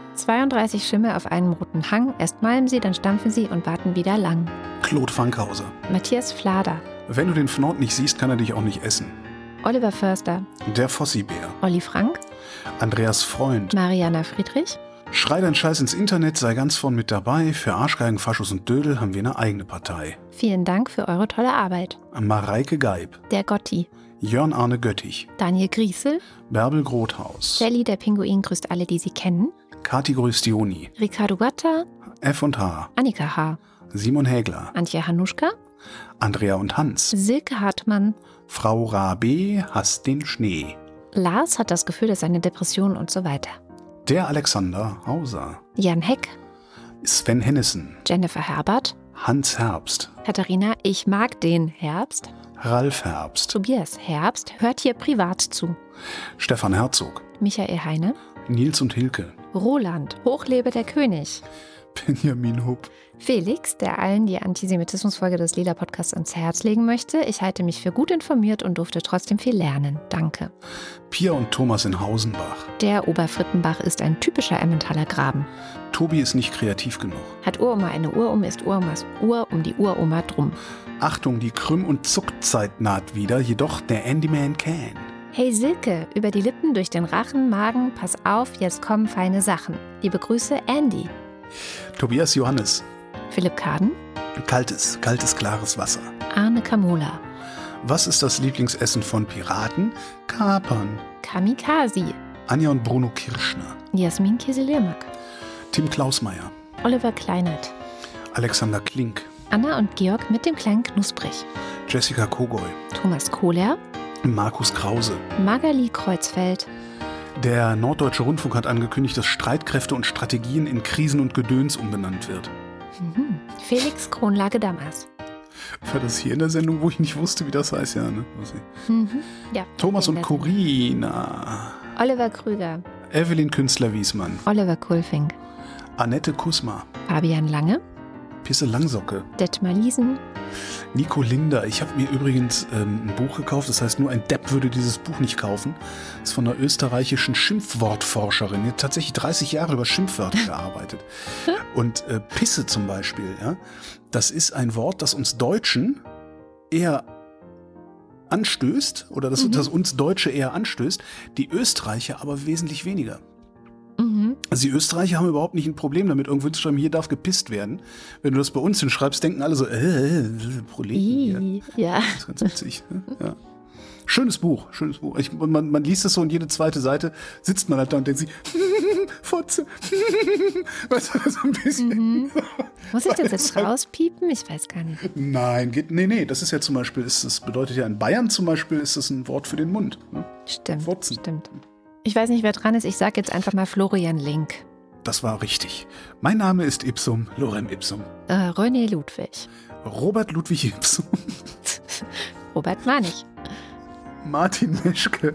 32 Schimmel auf einem roten Hang. Erst malmen sie, dann stampfen sie und warten wieder lang. Claude Fankhauser. Matthias Flader. Wenn du den Fnord nicht siehst, kann er dich auch nicht essen. Oliver Förster. Der Fossibär. Olli Frank. Andreas Freund. Mariana Friedrich. Schrei dein Scheiß ins Internet, sei ganz vorn mit dabei. Für Arschgeigen, Faschos und Dödel haben wir eine eigene Partei. Vielen Dank für eure tolle Arbeit. Mareike Geib. Der Gotti. Jörn Arne Göttich. Daniel Griesel. Bärbel Grothaus. Sally, der Pinguin, grüßt alle, die sie kennen. Kati grüßt Joni. Ricardo Gatta. F&H. Annika H. Simon Hägler. Antje Hanuschka. Andrea und Hans. Silke Hartmann. Frau Rabe hasst den Schnee. Lars hat das Gefühl, dass seine Depression und so weiter. Der Alexander Hauser. Jan Heck. Sven Hennissen. Jennifer Herbert. Hans Herbst. Katharina, ich mag den Herbst. Ralf Herbst. Tobias Herbst hört hier privat zu. Stefan Herzog. Michael Heine. Nils und Hilke. Roland, hochlebe der König. Benjamin Hupp. Felix, der allen die Antisemitismusfolge des Lila Podcasts ans Herz legen möchte. Ich halte mich für gut informiert und durfte trotzdem viel lernen. Danke. Pia und Thomas in Hausenbach. Der Oberfrittenbach ist ein typischer Emmentaler Graben. Tobi ist nicht kreativ genug. Hat Uroma eine Uhr ist Uromas Uhr um die Uroma drum. Achtung, die Krümm- und Zuckzeit naht wieder, jedoch der Andyman can. Hey Silke, über die Lippen, durch den Rachen, Magen, pass auf, jetzt kommen feine Sachen. Liebe Grüße, Andy. Tobias Johannes. Philipp Kaden. Kaltes, klares Wasser. Arne Kamola. Was ist das Lieblingsessen von Piraten? Kapern. Kamikaze. Anja und Bruno Kirschner. Jasmin Kieselirmak. Tim Klausmeier. Oliver Kleinert. Alexander Klink. Anna und Georg mit dem kleinen Knusprig. Jessica Kogoy. Thomas Kohler. Markus Krause. Magali Kreuzfeld. Der Norddeutsche Rundfunk hat angekündigt, dass Streitkräfte und Strategien in Krisen und Gedöns umbenannt wird. Felix Kronlage-Dammers. War das hier in der Sendung, wo ich nicht wusste, wie das heißt? Ja, ne? Ja. Thomas und Corina. Oliver Krüger. Evelyn Künstler-Wiesmann. Oliver Kulfing. Annette Kusma. Fabian Lange. Pisse Langsocke. Detmar Liesen. Nico Linder. Ich habe mir übrigens ein Buch gekauft, das heißt, nur ein Depp würde dieses Buch nicht kaufen. Das ist von einer österreichischen Schimpfwortforscherin. Die hat tatsächlich 30 Jahre über Schimpfwörter gearbeitet. Und Pisse zum Beispiel, ja, das ist ein Wort, das uns Deutschen eher anstößt, oder das uns Deutsche eher anstößt, die Österreicher aber wesentlich weniger. Also die Österreicher haben überhaupt nicht ein Problem damit, irgendwo zu schreiben, hier darf gepisst werden. Wenn du das bei uns hinschreibst, denken alle so, Problem. Ja. Das ist ganz witzig. Ne? Ja. Schönes Buch. Man liest es so und jede zweite Seite sitzt man halt da und denkt sich, Fotze. Weißt du, so ein bisschen. Muss ich das jetzt rauspiepen? Ich weiß gar nicht. Nein, nee, das ist ja zum Beispiel, das bedeutet ja in Bayern zum Beispiel, ist das ein Wort für den Mund. Ne? Stimmt. Ich weiß nicht, wer dran ist. Ich sage jetzt einfach mal Florian Link. Das war richtig. Mein Name ist Ipsum, Lorem Ipsum. René Ludwig. Robert Ludwig Ipsum. Robert Manich. Martin Meschke.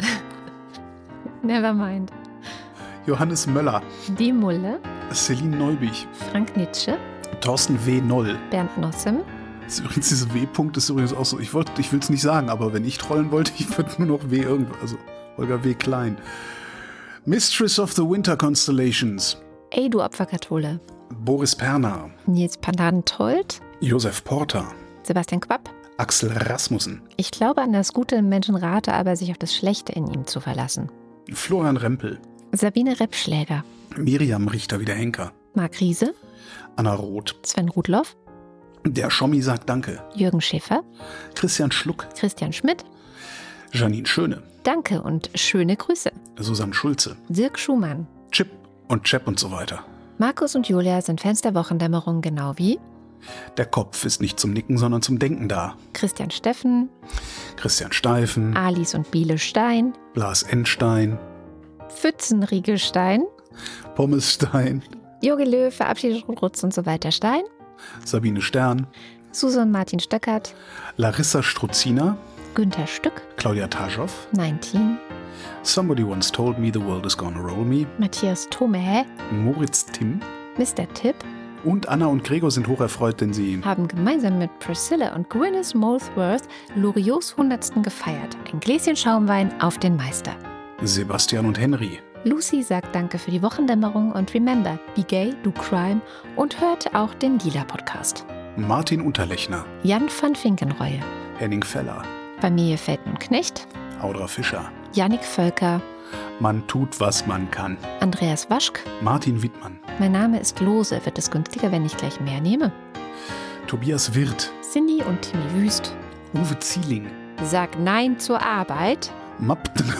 Nevermind. Johannes Möller. Die Mulle. Celine Neubich. Frank Nitsche. Thorsten W. Noll. Bernd Nossem. Das ist übrigens, diese W-Punkt ist übrigens auch so, ich will es nicht sagen, aber wenn ich trollen wollte, ich würde nur noch W irgendwo, also Holger W. Klein. Mistress of the Winter Constellations. Ey, du Opferkathole. Boris Perner. Nils Panadentold. Josef Porter. Sebastian Quapp. Axel Rasmussen. Ich glaube an das Gute im Menschen, rate aber, sich auf das Schlechte in ihm zu verlassen. Florian Rempel. Sabine Reppschläger. Miriam Richter-Wiederhenker. Marc Riese. Anna Roth. Sven Rudloff. Der Schommi sagt Danke. Jürgen Schäfer. Christian Schluck. Christian Schmidt. Janine Schöne. Danke und schöne Grüße. Susanne Schulze. Dirk Schumann. Chip und Chap und so weiter. Markus und Julia sind Fans der Wochendämmerung, genau wie der Kopf ist nicht zum Nicken, sondern zum Denken da. Christian Steffen. Christian Steifen. Alice und Biele Stein. Blas Endstein. Pfützenriegelstein. Pommes Stein. Jogi Löw, verabschiedet Rutz und so weiter Stein. Sabine Stern. Susan Martin Stöckert, Larissa Struzina, Günther Stück, Claudia Taschow, 19, Somebody Once Told Me the World Is Gonna Roll Me, Matthias Thome, Moritz Timm Mr. Tipp und Anna und Gregor sind hocherfreut, denn sie haben gemeinsam mit Priscilla und Gwyneth Molesworth Loriots 100. gefeiert. Ein Gläschen Schaumwein auf den Meister. Sebastian und Henry. Lucy sagt Danke für die Wochendämmerung und remember, be gay, do crime und hört auch den Lila-Podcast. Martin Unterlechner, Jan van Finkenreue, Henning Feller, Familie Felten und Knecht, Audra Fischer. Jannik Völker, Man tut, was man kann. Andreas Waschk. Martin Wittmann, Mein Name ist Lose. Wird es günstiger, wenn ich gleich mehr nehme? Tobias Wirth, Cindy und Timmy Wüst. Uwe Zieling, Sag Nein zur Arbeit. Mapten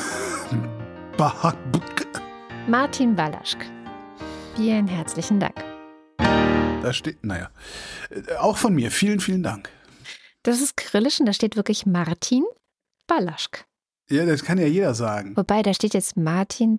Bahak. Martin Balaschk. Vielen herzlichen Dank. Da steht, naja, auch von mir. Vielen, vielen Dank. Das ist kyrillisch und da steht wirklich Martin Balaschk. Ja, das kann ja jeder sagen. Wobei, da steht jetzt Martin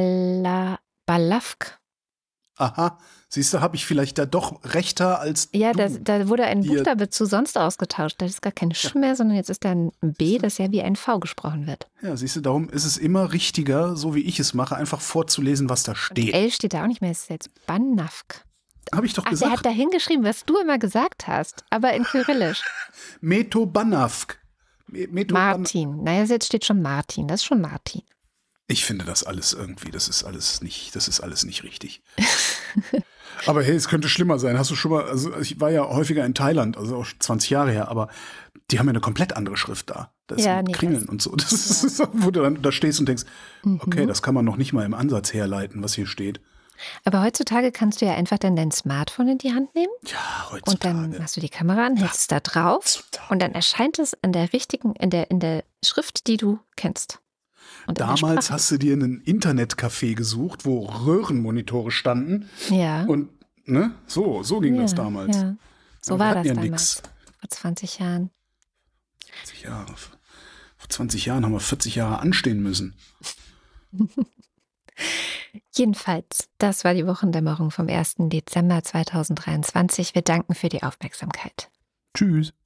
Balafk. Aha, siehst du, habe ich vielleicht da doch rechter als Ja, du. da wurde ein Dir- Buchstabe zu sonst ausgetauscht. Da ist gar kein Sch mehr, sondern jetzt ist da ein B, das ja wie ein V gesprochen wird. Ja, siehst du, darum ist es immer richtiger, so wie ich es mache, einfach vorzulesen, was da steht. L steht da auch nicht mehr, es ist jetzt Banafk. Habe ich doch Ach, der gesagt. hat da hingeschrieben, was du immer gesagt hast, aber in Kyrillisch. Metobanavk. Martin. Naja, jetzt steht schon Martin. Das ist schon Martin. Ich finde das alles irgendwie, das ist alles nicht richtig. Aber hey, es könnte schlimmer sein. Hast du schon mal, also ich war ja häufiger in Thailand, also auch 20 Jahre her, aber die haben ja eine komplett andere Schrift da. Das ist Ja, mit nee, Kringeln und so. Das ist, wo du dann da stehst und denkst, okay, das kann man noch nicht mal im Ansatz herleiten, was hier steht. Aber heutzutage kannst du ja einfach dann dein Smartphone in die Hand nehmen Ja, und heutzutage. dann hast du die Kamera an, hältst es da drauf und dann erscheint es an der richtigen, in der Schrift, die du kennst. Und in der Damals Sprache. hast du dir einen Internetcafé gesucht, wo Röhrenmonitore standen. Ja. Und ne, so ging das Ja, damals. Ja. So Aber war wir das hatten ja damals. nix. Vor 20 Jahren. 20 Jahre. Vor 20 Jahren haben wir 40 Jahre anstehen müssen. Jedenfalls, das war die Wochendämmerung vom 1. Dezember 2023. Wir danken für die Aufmerksamkeit. Tschüss.